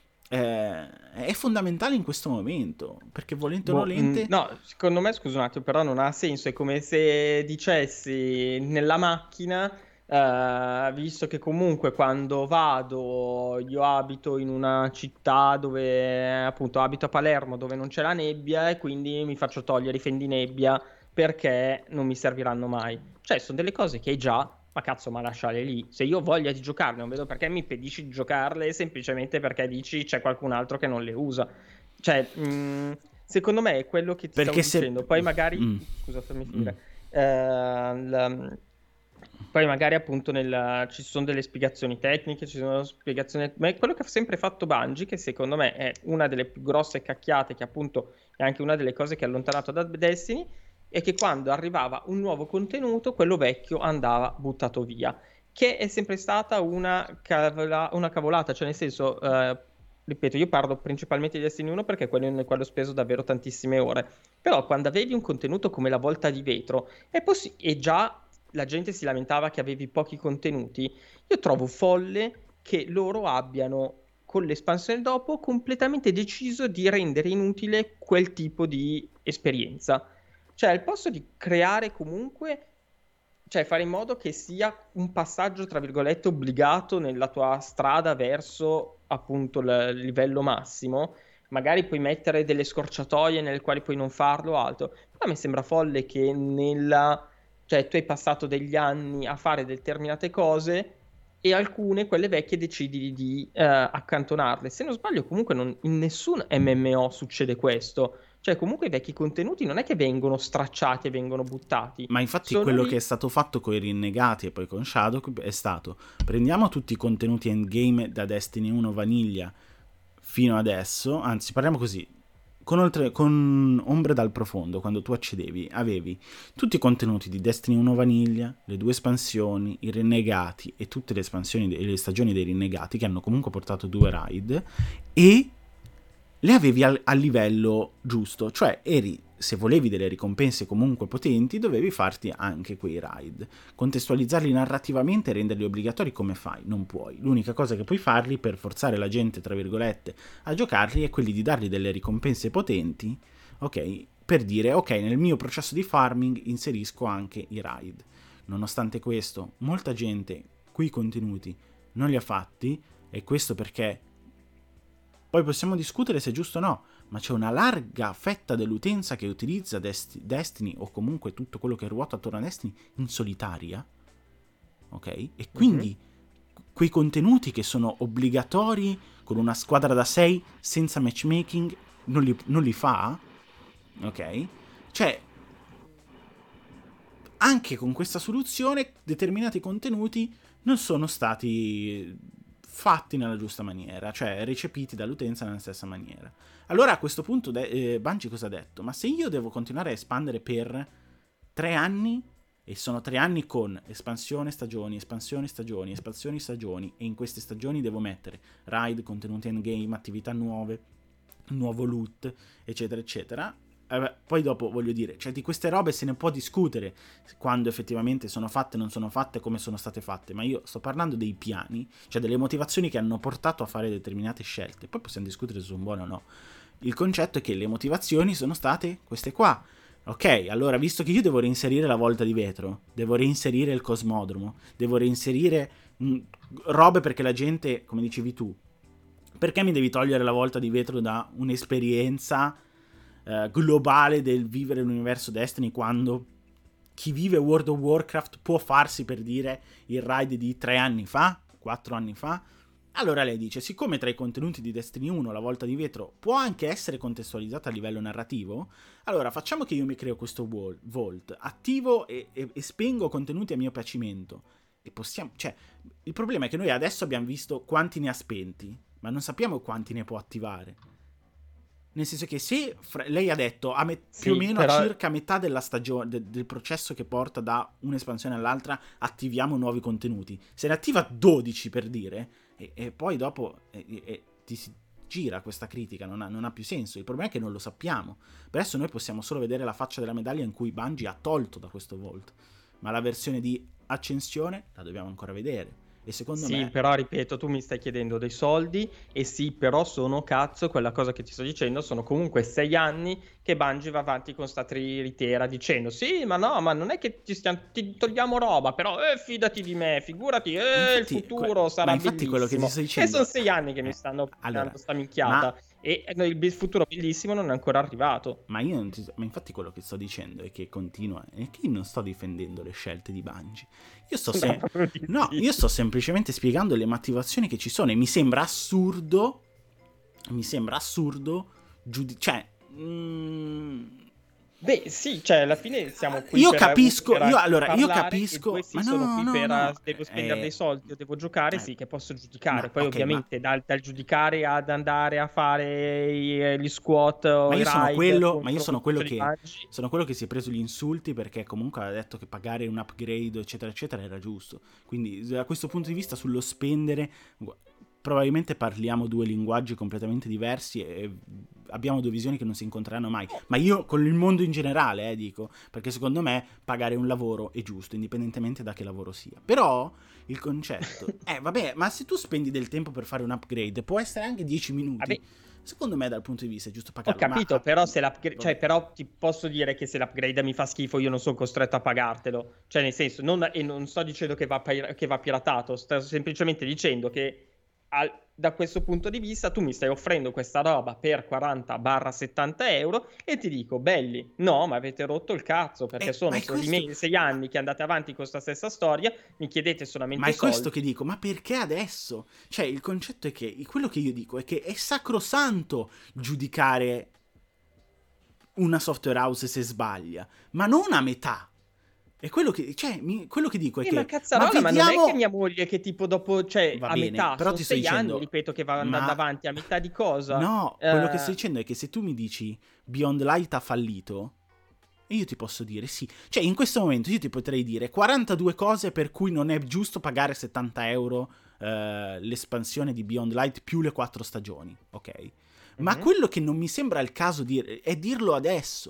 è fondamentale in questo momento, perché volente o Boh, nolente... no, secondo me, scusa un attimo, però non ha senso. È come se dicessi nella macchina, visto che comunque quando vado, io abito in una città dove, appunto, abito a Palermo, dove non c'è la nebbia e quindi mi faccio togliere i fendinebbia perché non mi serviranno mai. Cioè, sono delle cose che hai già, ma cazzo, ma lasciale lì. Se io ho voglia di giocarle, non vedo perché mi impedisci di giocarle semplicemente perché dici c'è qualcun altro che non le usa. Cioè, secondo me è quello che ti stavo Perché se... dicendo. Poi magari, Mm, scusa, fammi mm. finire. Poi magari appunto ci sono delle spiegazioni tecniche, ci sono spiegazioni... Ma è quello che ha sempre fatto Bungie, che secondo me è una delle più grosse cacchiate, che appunto è anche una delle cose che ha allontanato da Destiny, è che quando arrivava un nuovo contenuto, quello vecchio andava buttato via, che è sempre stata una cavolata, cioè nel senso, ripeto, io parlo principalmente di Destiny 1 perché è quello nel quale ho speso davvero tantissime ore, però quando avevi un contenuto come la volta di vetro, e già la gente si lamentava che avevi pochi contenuti, io trovo folle che loro abbiano, con l'espansione dopo, completamente deciso di rendere inutile quel tipo di esperienza. Cioè, al posto di creare comunque, cioè fare in modo che sia un passaggio, tra virgolette, obbligato nella tua strada verso appunto il livello massimo, magari puoi mettere delle scorciatoie nelle quali puoi non farlo o altro. Però mi sembra folle che cioè tu hai passato degli anni a fare determinate cose e alcune, quelle vecchie, decidi di accantonarle. Se non sbaglio, comunque in nessun MMO succede questo. Cioè, comunque i vecchi contenuti non è che vengono stracciati e vengono buttati, Ma infatti sono quello che è lì. stato fatto con i Rinnegati e poi con Shadow è stato prendiamo tutti i contenuti endgame da Destiny 1 Vaniglia fino adesso, anzi parliamo così, con Ombre dal Profondo, quando tu accedevi, avevi tutti i contenuti di Destiny 1 Vaniglia, le due espansioni, i Rinnegati e tutte le espansioni e le stagioni dei Rinnegati che hanno comunque portato due raid e le avevi al livello giusto, cioè eri se volevi delle ricompense comunque potenti, dovevi farti anche quei raid. Contestualizzarli narrativamente e renderli obbligatori come fai? Non puoi. L'unica cosa che puoi farli per forzare la gente, tra virgolette, a giocarli è quelli di dargli delle ricompense potenti, ok? Per dire, ok, nel mio processo di farming inserisco anche i raid. Nonostante questo, molta gente quei contenuti non li ha fatti, e questo perché poi possiamo discutere se è giusto o no, ma c'è una larga fetta dell'utenza che utilizza Destiny o comunque tutto quello che ruota attorno a Destiny in solitaria, ok? E quindi quei contenuti che sono obbligatori con una squadra da 6 senza matchmaking non li fa, ok? Cioè, anche con questa soluzione determinati contenuti non sono stati fatti nella giusta maniera, cioè recepiti dall'utenza nella stessa maniera. Allora a questo punto Bungie cosa ha detto? Ma se io devo continuare a espandere per 3 anni, e sono 3 anni con espansione stagioni, espansioni stagioni, espansioni stagioni, e in queste stagioni devo mettere raid, contenuti endgame, attività nuove, nuovo loot, eccetera eccetera, poi dopo voglio dire, cioè di queste robe se ne può discutere quando effettivamente sono fatte, non sono fatte, come sono state fatte, ma io sto parlando dei piani, cioè delle motivazioni che hanno portato a fare determinate scelte. Poi possiamo discutere se sono buone o no. Il concetto è che le motivazioni sono state queste qua. Ok, allora visto che io devo reinserire la volta di vetro, devo reinserire il cosmodromo, devo reinserire robe perché la gente, come dicevi tu, perché mi devi togliere la volta di vetro da un'esperienza globale del vivere l'universo Destiny quando chi vive World of Warcraft può farsi, per dire, il raid di 3 anni fa, 4 anni fa? Allora lei dice, siccome tra i contenuti di Destiny 1 la volta di vetro può anche essere contestualizzata a livello narrativo, allora facciamo che io mi creo questo vault, attivo e spengo contenuti a mio piacimento. E possiamo, cioè, il problema è che noi adesso abbiamo visto quanti ne ha spenti, ma non sappiamo quanti ne può attivare. Nel senso che se lei ha detto più o meno a circa metà della stagione del processo che porta da un'espansione all'altra attiviamo nuovi contenuti, se ne attiva 12 per dire, e poi dopo ti si gira questa critica, non ha più senso. Il problema è che non lo sappiamo. Per adesso noi possiamo solo vedere la faccia della medaglia in cui Bungie ha tolto da questo vault, ma la versione di accensione la dobbiamo ancora vedere. E secondo me... Sì, però ripeto, tu mi stai chiedendo dei soldi e sì, però sono cazzo, quella cosa che ti sto dicendo, sono comunque 6 anni che Bungie va avanti con sta tritera dicendo sì, ma no, ma non è che ti togliamo roba, però fidati di me, figurati, infatti, il futuro sarà bellissimo. Quello che ti sto dicendo... E sono 6 anni che mi stanno dando sta minchiata. E il futuro bellissimo non è ancora arrivato. Ma infatti quello che sto dicendo è che continua, è che io non sto difendendo le scelte di Bungie. Io sto semplicemente spiegando le motivazioni che ci sono e mi sembra assurdo cioè beh, sì, cioè alla fine siamo qui io per capisco, ma devo spendere dei soldi, io devo giocare, sì, che posso giudicare. Poi ovviamente dal giudicare ad andare a fare gli squat o ma io i sono quello che si è preso gli insulti perché comunque ha detto che pagare un upgrade eccetera eccetera era giusto. Quindi da questo punto di vista sullo spendere probabilmente parliamo due linguaggi completamente diversi e abbiamo due visioni che non si incontreranno mai. Ma io con il mondo in generale dico, perché secondo me pagare un lavoro è giusto, indipendentemente da che lavoro sia. Però il concetto vabbè, ma se tu spendi del tempo per fare un upgrade, può essere anche 10 minuti. Vabbè. Secondo me dal punto di vista è giusto pagarlo. Ho capito, però se l'upgrade, cioè, però ti posso dire che se l'upgrade mi fa schifo io non sono costretto a pagartelo. Cioè nel senso, non sto dicendo che va piratato, sto semplicemente dicendo che da questo punto di vista tu mi stai offrendo questa roba per 40-70 euro e ti dico, belli, no, ma avete rotto il cazzo perché sono 6 anni che andate avanti con questa stessa storia, mi chiedete solamente soldi. Ma è questo che dico, ma perché adesso? Cioè il concetto è che, quello che io dico è che è sacrosanto giudicare una software house se sbaglia, ma non a metà. E quello che, quello che dico è che... Ma cazzarola, ma non è che mia moglie che tipo dopo, cioè va a bene, metà, però sono 6 anni, ripeto, che va andando avanti, a metà di cosa? No, quello che sto dicendo è che se tu mi dici Beyond Light ha fallito, e io ti posso dire sì. Cioè in questo momento io ti potrei dire 42 cose per cui non è giusto pagare 70 euro l'espansione di Beyond Light più le 4 stagioni, ok? Ma quello che non mi sembra il caso è dirlo adesso.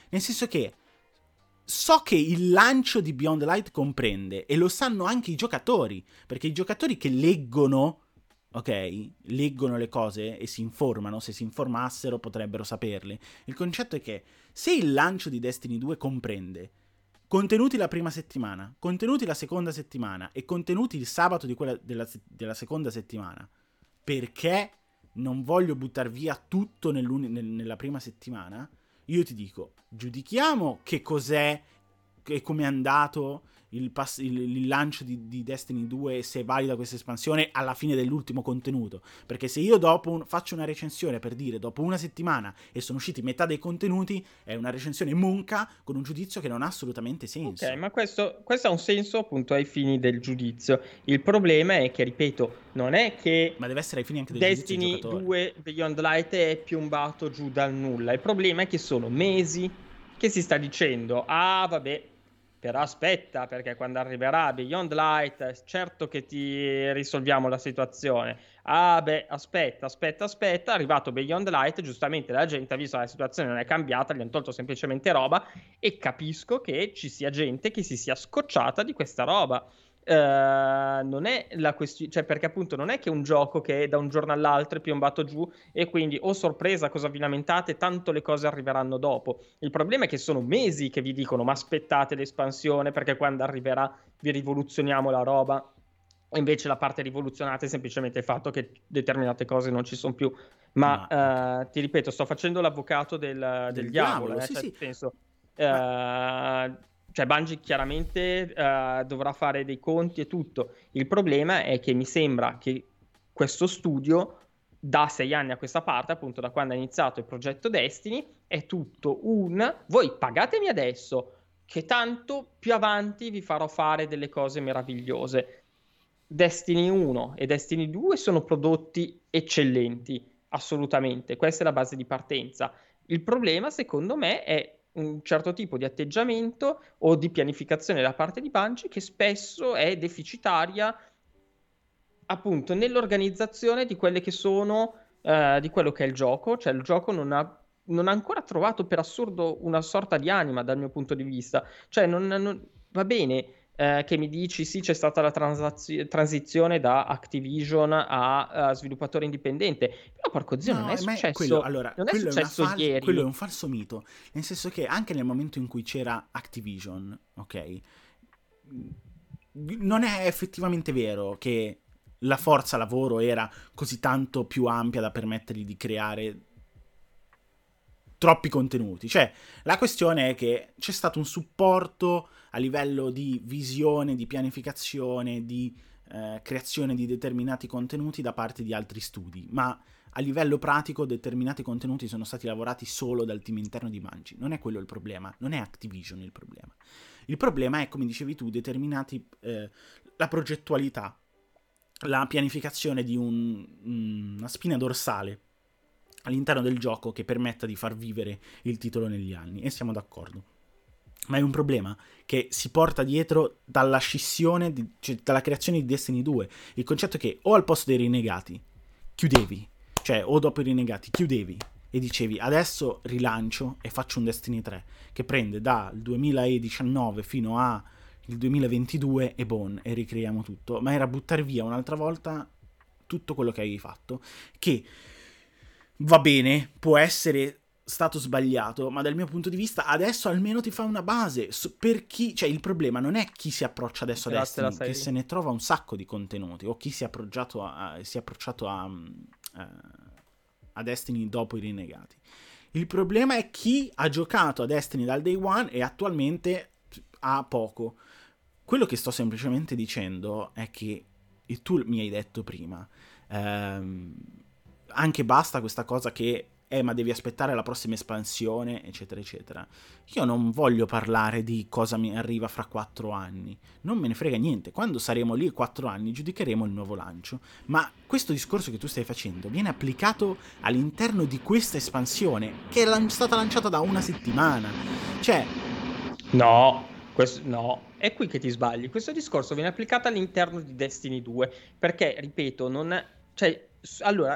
Nel senso che so che il lancio di Beyond the Light comprende, e lo sanno anche i giocatori, perché i giocatori che leggono, ok, leggono le cose e si informano, se si informassero potrebbero saperle. Il concetto è che se il lancio di Destiny 2 comprende contenuti la prima settimana, contenuti la seconda settimana e contenuti il sabato della seconda settimana, perché non voglio buttare via tutto nella prima settimana, io ti dico, giudichiamo che cos'è e come è andato il lancio di Destiny 2, se è valida questa espansione alla fine dell'ultimo contenuto. Perché se io faccio una recensione, per dire, dopo una settimana e sono usciti metà dei contenuti, è una recensione monca con un giudizio che non ha assolutamente senso. Ok, ma questo ha un senso appunto ai fini del giudizio. Il problema è che, ripeto, non è che Ma deve essere ai fini anche del giudizio del Destiny giocatore. 2 Beyond Light è piombato giù dal nulla. Il problema è che sono mesi che si sta dicendo, ah vabbè, però aspetta, perché quando arriverà Beyond Light, certo che ti risolviamo la situazione. Ah beh, aspetta, è arrivato Beyond Light, giustamente la gente ha visto che la situazione non è cambiata, gli hanno tolto semplicemente roba, e capisco che ci sia gente che si sia scocciata di questa roba. Non è la questione, cioè, perché appunto non è che un gioco che da un giorno all'altro è piombato giù e quindi, oh sorpresa, cosa vi lamentate, tanto le cose arriveranno dopo. Il problema è che sono mesi che vi dicono, ma aspettate l'espansione perché quando arriverà vi rivoluzioniamo la roba. E invece la parte rivoluzionata è semplicemente il fatto che determinate cose non ci sono più. Ma ti ripeto, sto facendo l'avvocato del diavolo, sì, cioè, sì. nel senso, Ma cioè Bungie chiaramente dovrà fare dei conti e tutto. Il problema è che mi sembra che questo studio, da 6 anni a questa parte, appunto da quando è iniziato il progetto Destiny, è tutto voi pagatemi adesso, che tanto più avanti vi farò fare delle cose meravigliose. Destiny 1 e Destiny 2 sono prodotti eccellenti, assolutamente. Questa è la base di partenza. Il problema, secondo me, è un certo tipo di atteggiamento o di pianificazione da parte di Bungie che spesso è deficitaria appunto nell'organizzazione di quelle che sono di quello che è il gioco, cioè il gioco non ha ancora trovato per assurdo una sorta di anima dal mio punto di vista, cioè va bene che mi dici sì c'è stata la transizione da Activision a sviluppatore indipendente, però porco zio no, ma è quello, allora, non è successo quello è ieri. un falso mito, nel senso che anche nel momento in cui c'era Activision, ok, non è effettivamente vero che la forza lavoro era così tanto più ampia da permettergli di creare troppi contenuti. Cioè, la questione è che c'è stato un supporto a livello di visione, di pianificazione, di creazione di determinati contenuti da parte di altri studi, ma a livello pratico determinati contenuti sono stati lavorati solo dal team interno di Bungie. Non è quello il problema, non è Activision il problema. Il problema è, come dicevi tu, determinati la progettualità, la pianificazione di una spina dorsale all'interno del gioco che permetta di far vivere il titolo negli anni, e siamo d'accordo. Ma è un problema che si porta dietro dalla scissione, cioè dalla creazione di Destiny 2. Il concetto è che o al posto dei Rinegati chiudevi, cioè o dopo i Rinegati chiudevi e dicevi adesso rilancio e faccio un Destiny 3 che prende dal 2019 fino al 2022 e bon, e ricreiamo tutto. Ma era buttare via un'altra volta tutto quello che avevi fatto, che va bene, può essere stato sbagliato, ma dal mio punto di vista adesso almeno ti fa una base per chi, cioè il problema non è chi si approccia adesso a Destiny, che se ne trova un sacco di contenuti, o chi si è approcciato a Destiny dopo i Rinnegati. Il problema è chi ha giocato a Destiny dal day one e attualmente ha poco. Quello che sto semplicemente dicendo è che, e tu mi hai detto prima, anche basta questa cosa che ma devi aspettare la prossima espansione, eccetera eccetera. Io non voglio parlare di cosa mi arriva fra 4 anni, non me ne frega niente. Quando saremo lì 4 anni giudicheremo il nuovo lancio, ma questo discorso che tu stai facendo viene applicato all'interno di questa espansione che è stata lanciata da una settimana. Cioè no, è qui che ti sbagli. Questo discorso viene applicato all'interno di Destiny 2, perché, ripeto, allora,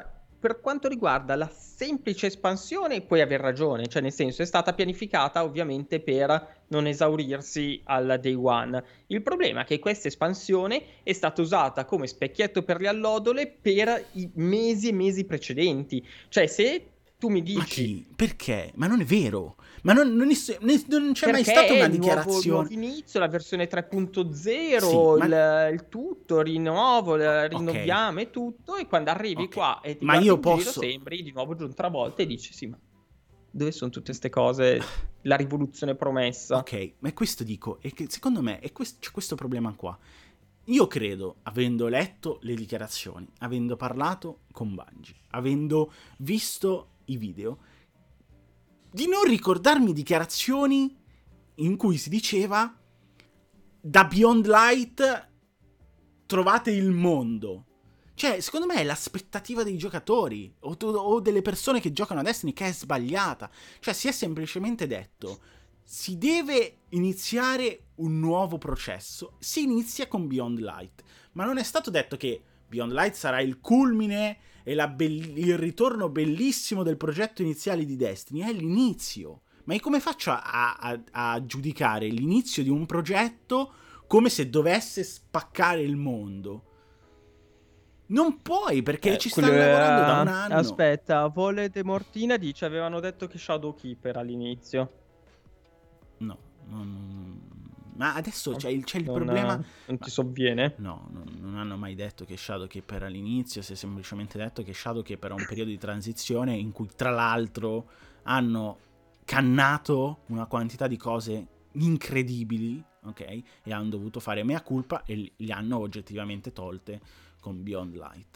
per quanto riguarda la semplice espansione puoi aver ragione, cioè nel senso è stata pianificata ovviamente per non esaurirsi al day one. Il problema è che questa espansione è stata usata come specchietto per le allodole per i mesi e mesi precedenti. Cioè se tu mi dici... Ma chi? Perché? Ma non è vero. Ma non c'è mai Perché stata una è dichiarazione. nuovo inizio, la versione 3.0, Sì, ma... il tutto, rinnovo, Ok, rinnoviamo e tutto, e quando arrivi ok. qua e ti Ma guardi io in giro posso... sembri di nuovo John Travolta e dici sì, ma dove sono tutte queste cose, la rivoluzione promessa? Ok, ma questo dico, è che secondo me c'è questo problema qua. Io credo, avendo letto le dichiarazioni, avendo parlato con Bungie, avendo visto i video, di non ricordarmi dichiarazioni in cui si diceva da Beyond Light trovate il mondo. Cioè, secondo me è l'aspettativa dei giocatori o delle persone che giocano a Destiny che è sbagliata. Cioè, si è semplicemente detto si deve iniziare un nuovo processo. Si inizia con Beyond Light. Ma non è stato detto che Beyond Light sarà il culmine e il ritorno bellissimo del progetto iniziale di Destiny. È l'inizio. Ma come faccio a giudicare l'inizio di un progetto come se dovesse spaccare il mondo? Non puoi, perché ci stanno lavorando da un anno. Aspetta, Vole de Mortina dice avevano detto che Shadowkeeper all'inizio. No, ma adesso c'è il Non, problema. non ti sovviene? No, non hanno mai detto che Shadowkeeper all'inizio, si è semplicemente detto che Shadowkeeper è un periodo di transizione in cui tra l'altro hanno cannato una quantità di cose incredibili, ok? E hanno dovuto fare mea culpa e li hanno oggettivamente tolte con Beyond Light.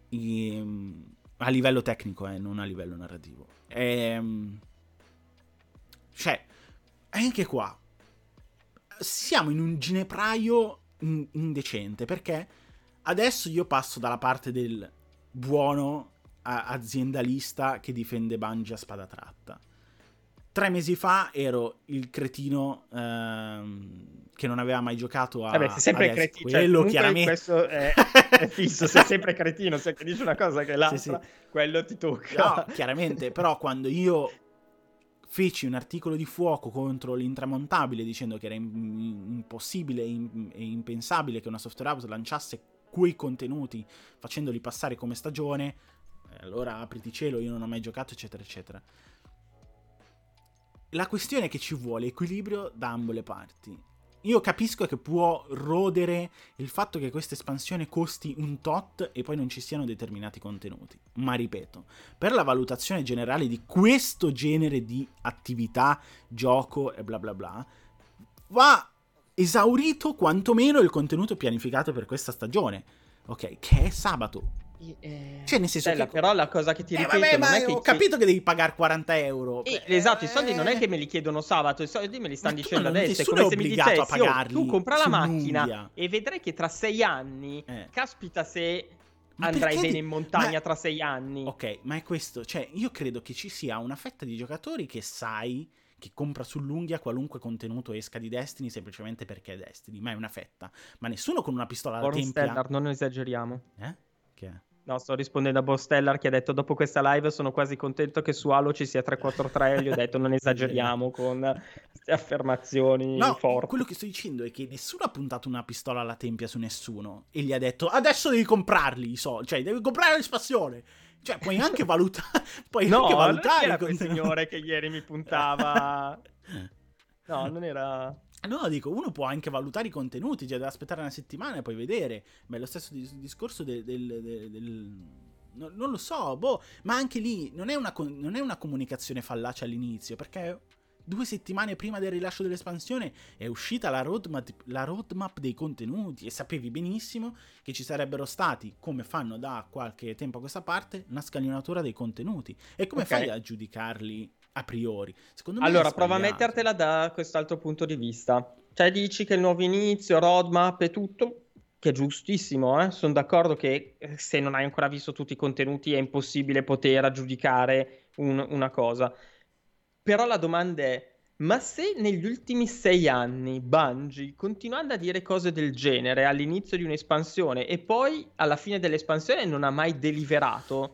A livello tecnico, non a livello narrativo. Cioè, anche qua siamo in un ginepraio indecente, perché adesso io passo dalla parte del buono aziendalista che difende Bungie a spada tratta. 3 mesi fa ero il cretino che non aveva mai giocato a... Vabbè, sei sempre adesso, cretino, cioè, quello comunque chiaramente... questo è fisso, sei sempre cretino, se dici una cosa che l'altra, Sì. quello ti tocca. No, chiaramente, però quando io feci un articolo di fuoco contro l'Intramontabile dicendo che era impossibile e impensabile che una software house lanciasse quei contenuti facendoli passare come stagione, allora apriti cielo, io non ho mai giocato, eccetera, eccetera. La questione è che ci vuole equilibrio da ambo le parti. Io capisco che può rodere il fatto che questa espansione costi un tot e poi non ci siano determinati contenuti. Ma ripeto, per la valutazione generale di questo genere di attività, gioco e bla bla bla, va esaurito quantomeno il contenuto pianificato per questa stagione. Ok, che è sabato. Cioè, nel senso Stella, che... però la cosa che ti ripeto vabbè, non ma è che ho capito che devi pagare 40 euro. esatto, i soldi non è che me li chiedono sabato, i soldi me li stanno dicendo adesso. È Nessuno come è se mi obbligato a dicessi, oh, pagarli tu compra la macchina sull'unghia. e vedrai che tra 6 anni, caspita se Ma andrai perché bene in montagna tra 6 anni. Ok, ma è questo, cioè io credo che ci sia una fetta di giocatori che sai che compra sull'unghia qualunque contenuto esca di Destiny semplicemente perché è Destiny, ma è una fetta. Ma nessuno con una pistola alla tempia... Stellar, non esageriamo. Che è? No, sto rispondendo a Bostellar che ha detto dopo questa live sono quasi contento che su Halo ci sia 343 e gli ho detto non esageriamo con queste affermazioni forti. Quello che sto dicendo è che nessuno ha puntato una pistola alla tempia su nessuno e gli ha detto adesso devi comprarli i soldi, cioè devi comprare l'espansione. Cioè puoi anche valutare No, anche non era quel signore che ieri mi puntava. No, non era... No, dico, uno può anche valutare i contenuti, cioè deve aspettare una settimana e poi vedere. Ma è lo stesso discorso non lo so, ma anche lì non è una comunicazione fallace all'inizio, perché 2 settimane prima del rilascio dell'espansione è uscita la roadmap dei contenuti e sapevi benissimo che ci sarebbero stati, come fanno da qualche tempo a questa parte, una scaglionatura dei contenuti. E come fai a giudicarli a priori? Secondo me allora, prova a mettertela da quest'altro punto di vista. Cioè dici che il nuovo inizio, roadmap e tutto, che è giustissimo, sono d'accordo che se non hai ancora visto tutti i contenuti è impossibile poter aggiudicare una cosa. Però la domanda è, ma se negli ultimi 6 anni Bungie, continuando a dire cose del genere all'inizio di un'espansione e poi alla fine dell'espansione non ha mai deliberato,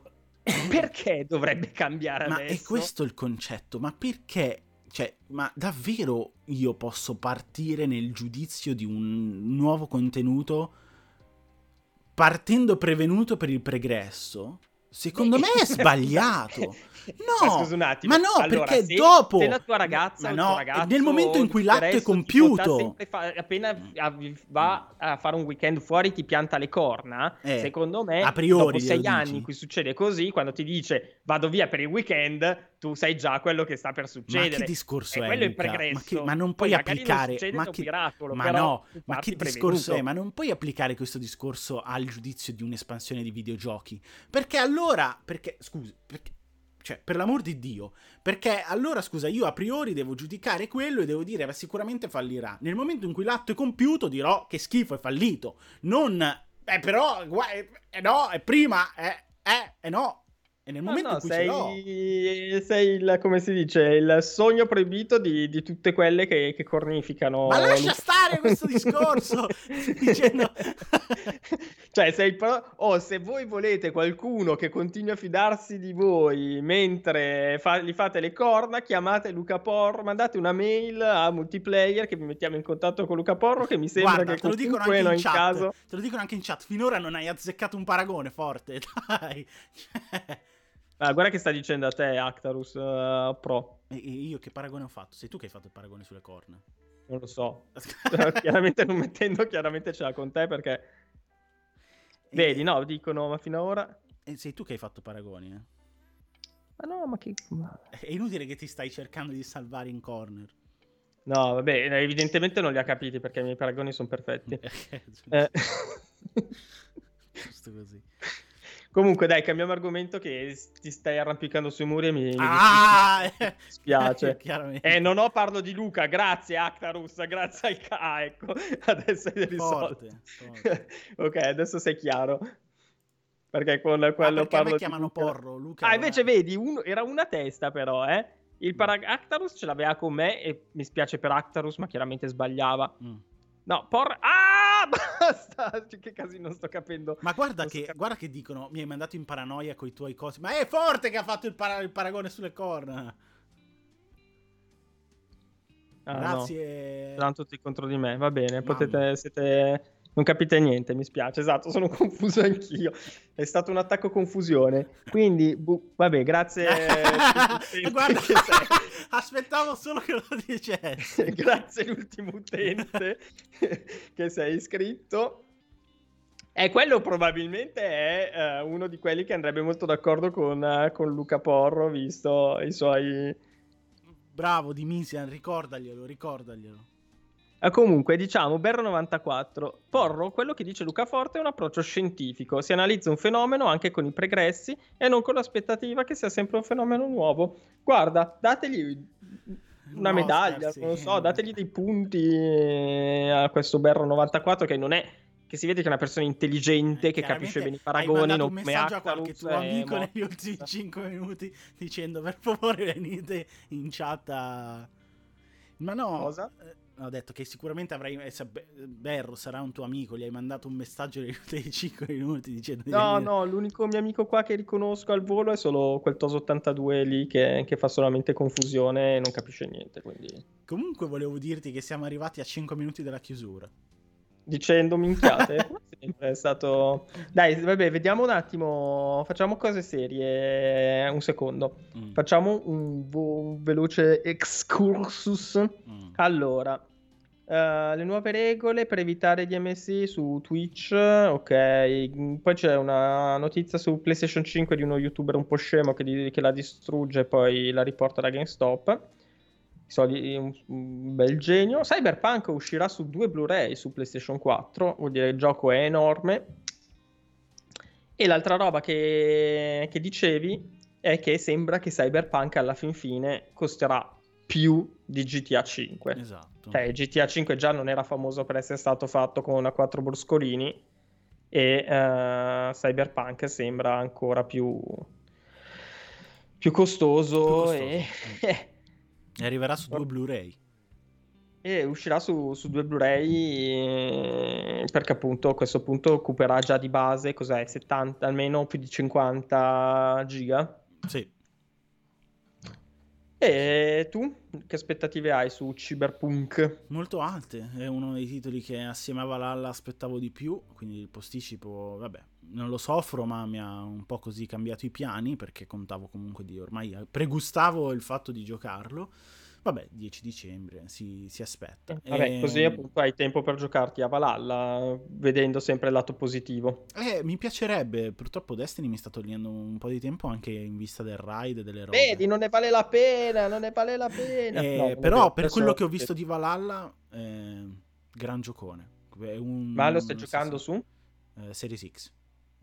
Perché dovrebbe cambiare Ma adesso? è questo il concetto, ma perché? Cioè, ma davvero io posso partire nel giudizio di un nuovo contenuto partendo prevenuto per il pregresso? Secondo me è sbagliato. Ma scusa No, un ma attimo, no, allora perché se la dopo... tua ragazza Ma o il tuo no, è nel momento ragazzo in di cui l'atto è interesse tipo t'ha compiuto. sempre appena va a fare un weekend fuori ti pianta le corna, secondo me A dopo priori glielo 6 anni dici? in cui succede così, quando ti dice vado via per il weekend, tu sai già quello che sta per Ma che succedere. discorso E è, quello è il Luca? Ma pregresso. non Poi puoi magari non applicare... succede, è un miracolo, Ma però no, tu ma che parti discorso è? prevenuto. Ma non puoi applicare questo discorso al giudizio di un'espansione di videogiochi. Perché allora... Perché, scusi, perché... Cioè, per l'amor di Dio, perché allora, scusa, io a priori devo giudicare quello e devo dire, sicuramente fallirà. Nel momento in cui l'atto è compiuto dirò che schifo, è fallito. Non, però, no, è prima, no. E nel No, momento in no, cui ce l'ho... sei il, come si dice, il sogno proibito di tutte quelle che Ma cornificano lascia Luca. stare questo discorso! Stai dicendo... Cioè, se voi volete qualcuno che continui a fidarsi di voi mentre gli fate le corna, chiamate Luca Porro, mandate una mail a Multiplayer che vi mettiamo in contatto con Luca Porro, che mi sembra Guarda, che te lo dicono comunque anche in in chat. caso... Te lo dicono anche in chat. Finora non hai azzeccato un paragone forte, dai. Cioè... Ah, guarda che sta dicendo a te, Actarus Pro. E io che paragone ho fatto? Sei tu che hai fatto il paragone sulle corna. Non lo so. Chiaramente non mettendo, chiaramente ce l'ha con te perché... Vedi, no, dicono, ma fino ad ora... E sei tu che hai fatto paragoni, eh? Ma no, ma che... È inutile che ti stai cercando di salvare in corner. No, vabbè, evidentemente non li ha capiti perché i miei paragoni sono perfetti. Giusto così. Comunque, dai, cambiamo argomento che ti stai arrampicando sui muri e mi dispiace. Chiaramente. Non parlo di Luca, grazie Actarus, grazie al ecco, adesso hai risolto. Forte. Ok, adesso sei chiaro. Perché con quello perché parlo a me di chiamano Luca. Porro, Luca. Invece vedi, era una testa però, Il Actarus ce l'aveva con me e mi spiace per Actarus, ma chiaramente sbagliava. No, basta! Che casino sto capendo. Ma guarda che dicono, mi hai mandato in paranoia coi tuoi cosi. Ma è Forte che ha fatto il paragone sulle corna. Grazie. No. Saranno tutti contro di me, va bene, Mamma. siete... Non capite niente, mi spiace, esatto, sono confuso anch'io. È stato un attacco confusione. Quindi, vabbè, grazie. Guarda, aspettavo solo che lo dicessi. Grazie l'ultimo utente che sei iscritto. E quello probabilmente è uno di quelli che andrebbe molto d'accordo con Luca Porro, visto i suoi... Bravo Dimisian, ricordaglielo. Comunque, diciamo, Berro94. Porro, quello che dice Luca Forte è un approccio scientifico. Si analizza un fenomeno anche con i pregressi e non con l'aspettativa che sia sempre un fenomeno nuovo. Guarda, dategli una medaglia, non lo so, dategli dei punti a questo Berro94 che non è... che si vede che è una persona intelligente, che capisce bene i paragoni, non un come messaggio a qualche Actarus, tuo amico negli ultimi 5 minuti dicendo per favore venite in chat a... Ma no, cosa? Ho detto che sicuramente avrai... Berro sarà un tuo amico, gli hai mandato un messaggio negli ultimi 5 minuti dicendo... No, l'unico mio amico qua che riconosco al volo è solo quel Tos82 lì che fa solamente confusione e non capisce niente, quindi... Comunque volevo dirti che siamo arrivati a 5 minuti dalla chiusura. Dicendo minchiate? È stato... Dai, vabbè, vediamo un attimo, facciamo cose serie, un secondo. Facciamo un veloce excursus. Allora, le nuove regole per evitare gli MSI su Twitch, ok. Poi c'è una notizia su PlayStation 5 di uno youtuber un po' scemo che la distrugge e poi la riporta da GameStop. Un bel genio. Cyberpunk uscirà su 2 Blu-ray su PlayStation 4, vuol dire il gioco è enorme. E l'altra roba che dicevi è che sembra che Cyberpunk alla fin fine costerà più di GTA 5. Esatto. Cioè GTA 5 già non era famoso per essere stato fatto con 4 bruscolini e Cyberpunk sembra ancora più costoso. E arriverà su 2 Blu-ray. E uscirà su 2 Blu-ray. perché appunto a questo punto occuperà già di base, cos'è, 70, almeno più di 50 giga. Sì. E tu che aspettative hai su Cyberpunk? Molto alte, è uno dei titoli che assieme a Valhalla aspettavo di più, quindi il posticipo, vabbè, non lo soffro, ma mi ha un po' così cambiato i piani, perché contavo comunque di ormai, pregustavo il fatto di giocarlo. Vabbè, 10 dicembre si aspetta. Vabbè, così appunto hai tempo per giocarti a Valhalla, vedendo sempre il lato positivo. Mi piacerebbe, purtroppo Destiny mi sta togliendo un po' di tempo anche in vista del raid e delle robe. Vedi, non ne vale la pena, non ne vale la pena. No, non è Però vero. per quello che ho visto di Valhalla, gran giocone. È Ma lo stai nel senso, giocando su? Series X.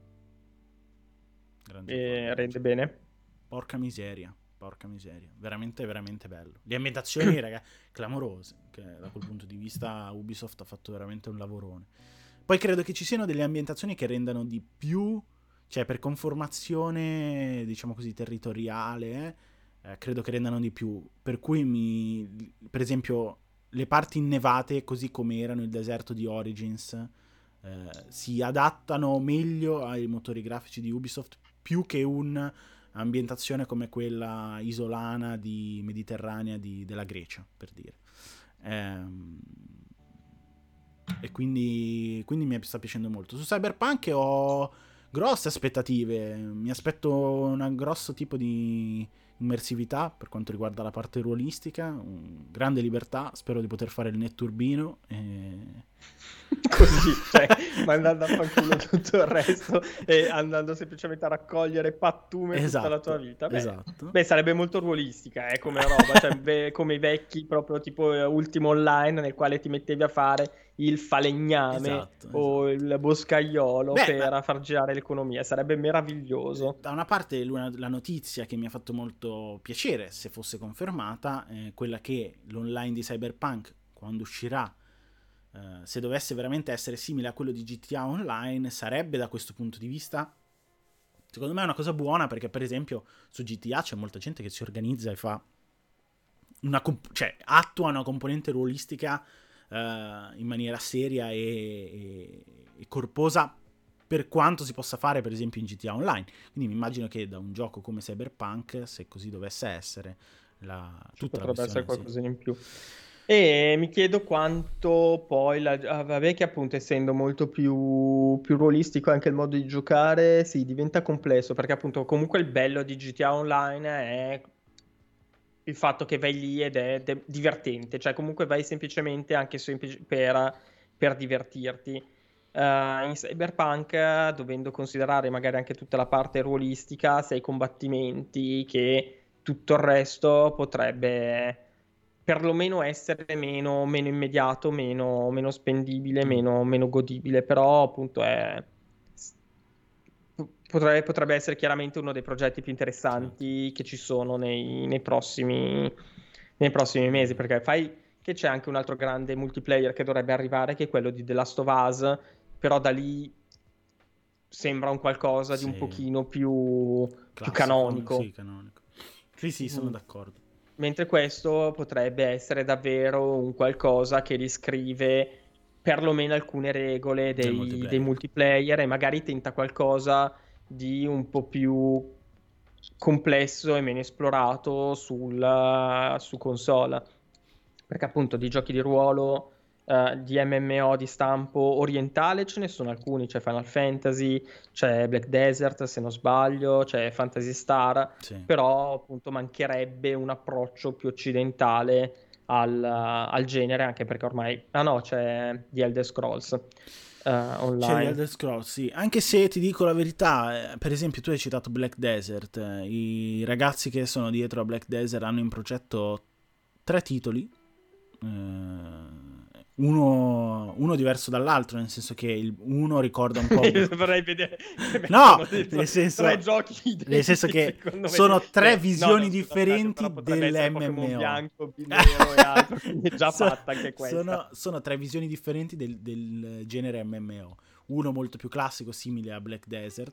Gran giocone, E gran rende giocone. bene. Porca miseria, veramente veramente bello. Le ambientazioni, raga, clamorose, che da quel punto di vista Ubisoft ha fatto veramente un lavorone. Poi credo che ci siano delle ambientazioni che rendano di più, cioè per conformazione, diciamo così, territoriale, credo che rendano di più. Per cui per esempio, le parti innevate, così come erano il deserto di Origins, si adattano meglio ai motori grafici di Ubisoft più che un'ambientazione come quella isolana di mediterranea della Grecia, per dire. E quindi mi sta piacendo molto. Su Cyberpunk ho grosse aspettative. Mi aspetto un grosso tipo di immersività per quanto riguarda la parte ruolistica, grande libertà. Spero di poter fare il netturbino. Così, cioè, mandando a fanculo tutto il resto e andando semplicemente a raccogliere pattume tutta la tua Esatto, vita. esatto. Beh, sarebbe molto ruolistica, come roba, cioè, come i vecchi, proprio tipo Ultimo Online, nel quale ti mettevi a fare il falegname Esatto, o esatto. il boscaiolo Beh, ma per far girare l'economia. Sarebbe meraviglioso. da una parte la notizia che mi ha fatto molto piacere, se fosse confermata, è quella che l'online di Cyberpunk, quando uscirà, se dovesse veramente essere simile a quello di GTA Online, sarebbe da questo punto di vista, secondo me, una cosa buona, perché per esempio su GTA c'è molta gente che si organizza e fa cioè attua una componente ruolistica in maniera seria e corposa, per quanto si possa fare per esempio in GTA Online. Quindi mi immagino che da un gioco come Cyberpunk, se così dovesse essere, Ci tutta la potrebbe essere questione, sì. qualcosa in più. E mi chiedo quanto poi, vabbè che appunto essendo molto più ruolistico anche il modo di giocare, sì, diventa complesso, perché appunto comunque il bello di GTA Online è il fatto che vai lì ed è divertente, cioè comunque vai semplicemente anche per divertirti. In Cyberpunk, dovendo considerare magari anche tutta la parte ruolistica, sei combattimenti che tutto il resto potrebbe perlomeno essere meno immediato, meno spendibile, Mm. meno godibile, però appunto potrebbe essere chiaramente uno dei progetti più Certo. interessanti che ci sono nei prossimi mesi, perché fai che c'è anche un altro grande multiplayer che dovrebbe arrivare, che è quello di The Last of Us, però da lì sembra un qualcosa di un Sì, pochino più classico, sì, canonico. canonico. Sì, sì, sono Mm. d'accordo. Mentre questo potrebbe essere davvero un qualcosa che riscrive perlomeno alcune regole Del dei multiplayer. multiplayer e magari tenta qualcosa di un po' più complesso e meno esplorato su console. Perché appunto di giochi di ruolo, di MMO di stampo orientale ce ne sono alcuni, c'è Final Fantasy, c'è Black Desert se non sbaglio, c'è Phantasy Star, Sì. però appunto mancherebbe un approccio più occidentale al genere, anche perché ormai... Ah no, c'è The Elder Scrolls C'è The online. Elder Scrolls, sì. Anche se ti dico la verità, per esempio tu hai citato Black Desert, i ragazzi che sono dietro a Black Desert hanno in progetto 3 titoli, uno diverso dall'altro, nel senso che uno ricorda un po'... Vorrei vedere che No, mettono dentro nel tre senso, giochi nel senso identici, che secondo me. sono 3 Beh, no, visioni no, scusa, aspetta, però differenti potrebbe essere Pokémon dell'MMO. bianco, nero e altro, quindi è già fatta anche questa. Sono 3 visioni differenti del genere MMO. Uno molto più classico, simile a Black Desert,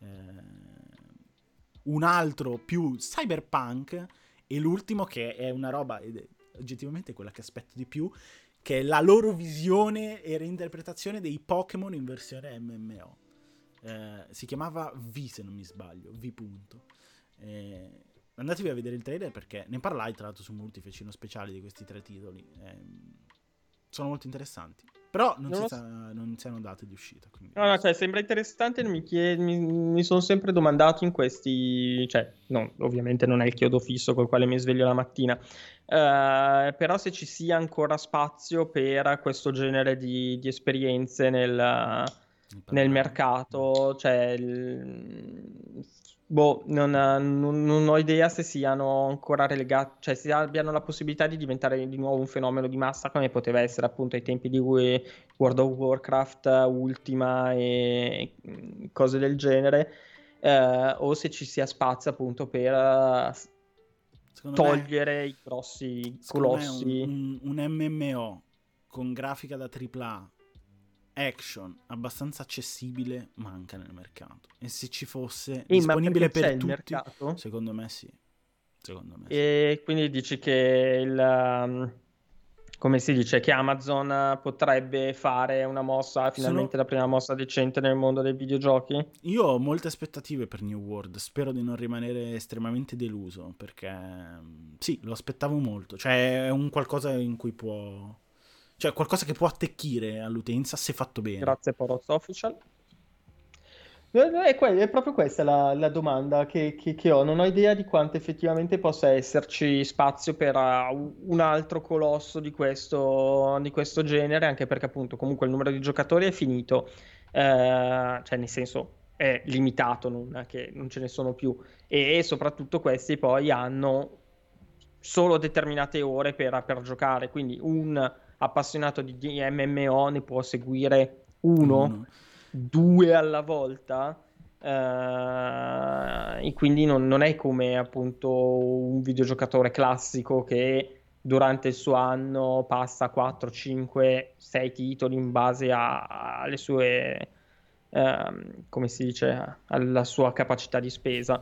un altro più cyberpunk, e l'ultimo che è una roba, ed è oggettivamente quella che aspetto di più, che la loro visione e reinterpretazione dei Pokémon in versione MMO. Si chiamava V, se non mi sbaglio, V. Andatevi a vedere il trailer, perché ne parlai tra l'altro su Multi, feci uno speciale di questi 3 titoli. Sono molto interessanti, però non si hanno date di uscita, quindi... No, cioè, sembra interessante. Mi sono sempre domandato in questi, cioè, no, ovviamente non è il chiodo fisso col quale mi sveglio la mattina, però se ci sia ancora spazio per questo genere di esperienze nel mercato, cioè, non ho idea se siano ancora relegati, cioè se abbiano la possibilità di diventare di nuovo un fenomeno di massa come poteva essere appunto ai tempi di World of Warcraft, Ultima e cose del genere, o se ci sia spazio appunto per togliere i grossi colossi. Un MMO con grafica da AAA, action, abbastanza accessibile, manca nel mercato. E se ci fosse disponibile per tutti, mercato? Secondo me sì. E quindi dici che come si dice, che Amazon potrebbe fare una mossa, finalmente la prima mossa decente nel mondo dei videogiochi? Io ho molte aspettative per New World, spero di non rimanere estremamente deluso, perché sì, lo aspettavo molto, cioè è un qualcosa in cui cioè qualcosa che può attecchire all'utenza se fatto bene. Grazie Poros Official. È proprio questa la domanda che ho. Non ho idea di quanto effettivamente possa esserci spazio per un altro colosso di questo genere, anche perché appunto comunque il numero di giocatori è finito, cioè nel senso è limitato, non che non ce ne sono più, e soprattutto questi poi hanno solo determinate ore per giocare, quindi un appassionato di MMO ne può seguire uno. 2 alla volta, e quindi non è come appunto un videogiocatore classico che durante il suo anno passa 4, 5, 6 titoli in base alle sue, come si dice, alla sua capacità di spesa.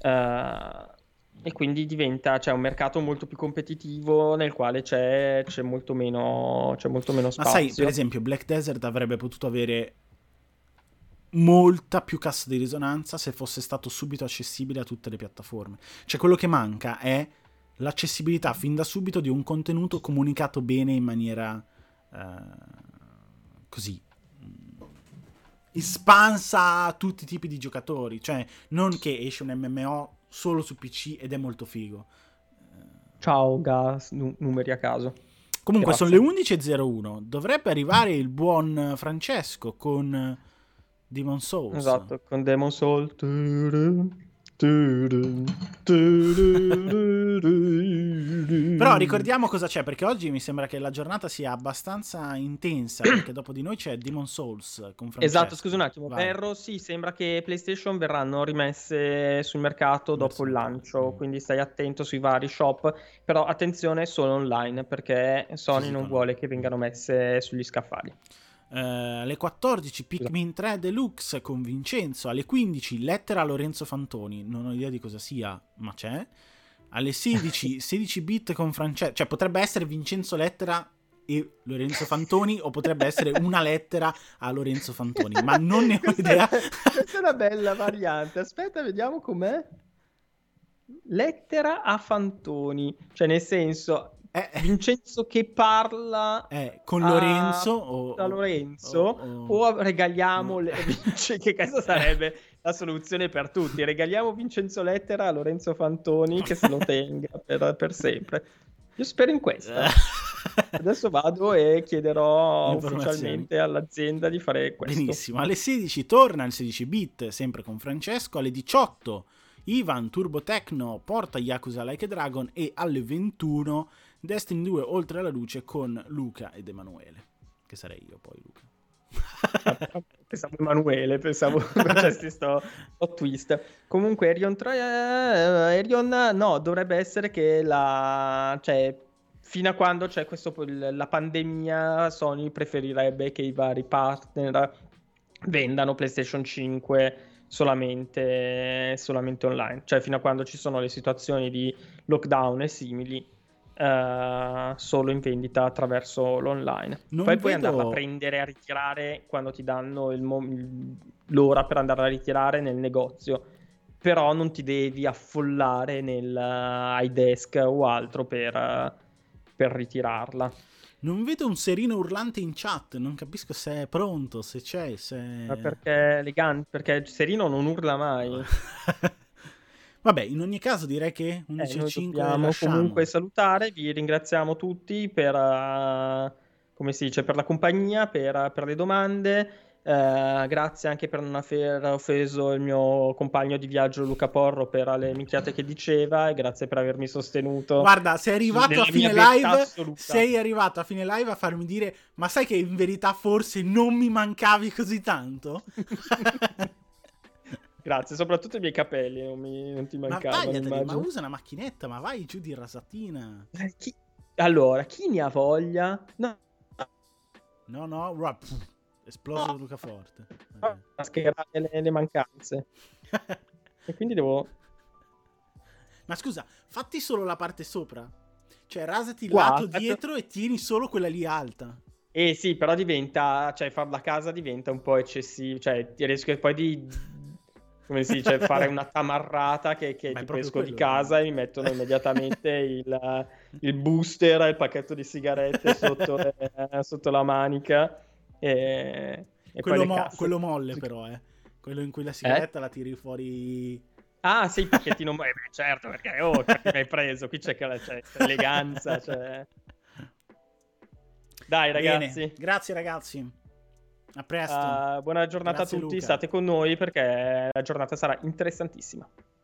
E quindi diventa, c'è un mercato molto più competitivo nel quale c'è molto meno spazio. Ma sai, per esempio, Black Desert avrebbe potuto avere molta più cassa di risonanza se fosse stato subito accessibile a tutte le piattaforme. Cioè, quello che manca è l'accessibilità fin da subito di un contenuto comunicato bene in maniera così espansa a tutti i tipi di giocatori. Cioè, non che esce un MMO solo su PC ed è molto figo. Ciao Gas, numeri a caso. Comunque grazie. Sono le 11.01. Dovrebbe arrivare il buon Francesco con Demon's Souls. Esatto, con Demon's Souls. Però ricordiamo cosa c'è, perché oggi mi sembra che la giornata sia abbastanza intensa, perché dopo di noi c'è Demon's Souls con Francesco. Esatto, scusa un attimo, Perro, sì, sembra che PlayStation verranno rimesse sul mercato dopo il lancio, quindi stai attento sui vari shop, però attenzione solo online, perché Sony non vuole che vengano messe sugli scaffali. Alle 14 Pikmin 3 Deluxe con Vincenzo, alle 15 Lettera a Lorenzo Fantoni, non ho idea di cosa sia, ma c'è. Alle 16 bit con Francesco, cioè potrebbe essere Vincenzo Lettera e Lorenzo Fantoni, o potrebbe essere una lettera a Lorenzo Fantoni, ma non ne ho idea. Questa è una bella variante, aspetta, vediamo com'è. Lettera a Fantoni, cioè nel senso Vincenzo che parla con Lorenzo a Lorenzo o regaliamo che cosa sarebbe la soluzione per tutti? Regaliamo Vincenzo Lettera a Lorenzo Fantoni che se lo tenga per sempre. Io spero in questa. Adesso vado e chiederò ufficialmente all'azienda di fare questo. Benissimo, alle 16 torna il 16 bit sempre con Francesco, alle 18 Ivan Turbo Techno porta Yakuza Like a Dragon e alle 21 Destiny 2 Oltre alla luce con Luca ed Emanuele, che sarei io poi Luca. Pensavo Emanuele, facessi sto twist. Comunque Erion no, dovrebbe essere che cioè fino a quando c'è la pandemia Sony preferirebbe che i vari partner vendano PlayStation 5 solamente online, cioè fino a quando ci sono le situazioni di lockdown e simili. solo in vendita attraverso l'online. Non Poi puoi vedo- andarla a prendere e a ritirare quando ti danno l'ora per andarla a ritirare nel negozio, però non ti devi affollare ai desk o altro per ritirarla. Non vedo un Serino urlante in chat, non capisco se è pronto, se c'è, se... Ma perché elegante, perché Serino non urla mai. Vabbè, in ogni caso direi che Noi 11.05 dobbiamo lasciamo. comunque salutare, vi ringraziamo tutti come si dice, per la compagnia, per le domande. Grazie anche per non aver offeso il mio compagno di viaggio Luca Porro per le minchiate che diceva, e grazie per avermi sostenuto. Guarda, sei arrivato nella a fine mia verità live, assoluta. sei arrivato a fine live a farmi dire, ma sai che in verità forse non mi mancavi così tanto? Grazie, soprattutto i miei capelli non ti Ma mancavano, tagliateli, ma immagino. usa una macchinetta, ma vai giù di rasatina. Allora, chi ne ha voglia? No, No, esploso Luca Forte. mascherare le mancanze. E quindi devo... Ma scusa, fatti solo la parte sopra. Cioè, rasati il Qua, lato dietro e tieni solo quella lì alta. Eh sì, però diventa, cioè far la casa diventa un po' eccessivo, cioè ti riesco poi come si dice, fare una tamarrata che Ma è tipo proprio esco di quello, casa e mi mettono immediatamente il booster, il pacchetto di sigarette sotto la manica e poi le casse. Quello molle però, quello in cui la sigaretta la tiri fuori... Ah sì, il pacchettino, beh, certo, perché mi hai preso, qui c'è eleganza, cioè... Dai ragazzi. Bene, grazie ragazzi. A presto. Buona giornata Grazie, a tutti, Luca. state con noi perché la giornata sarà interessantissima.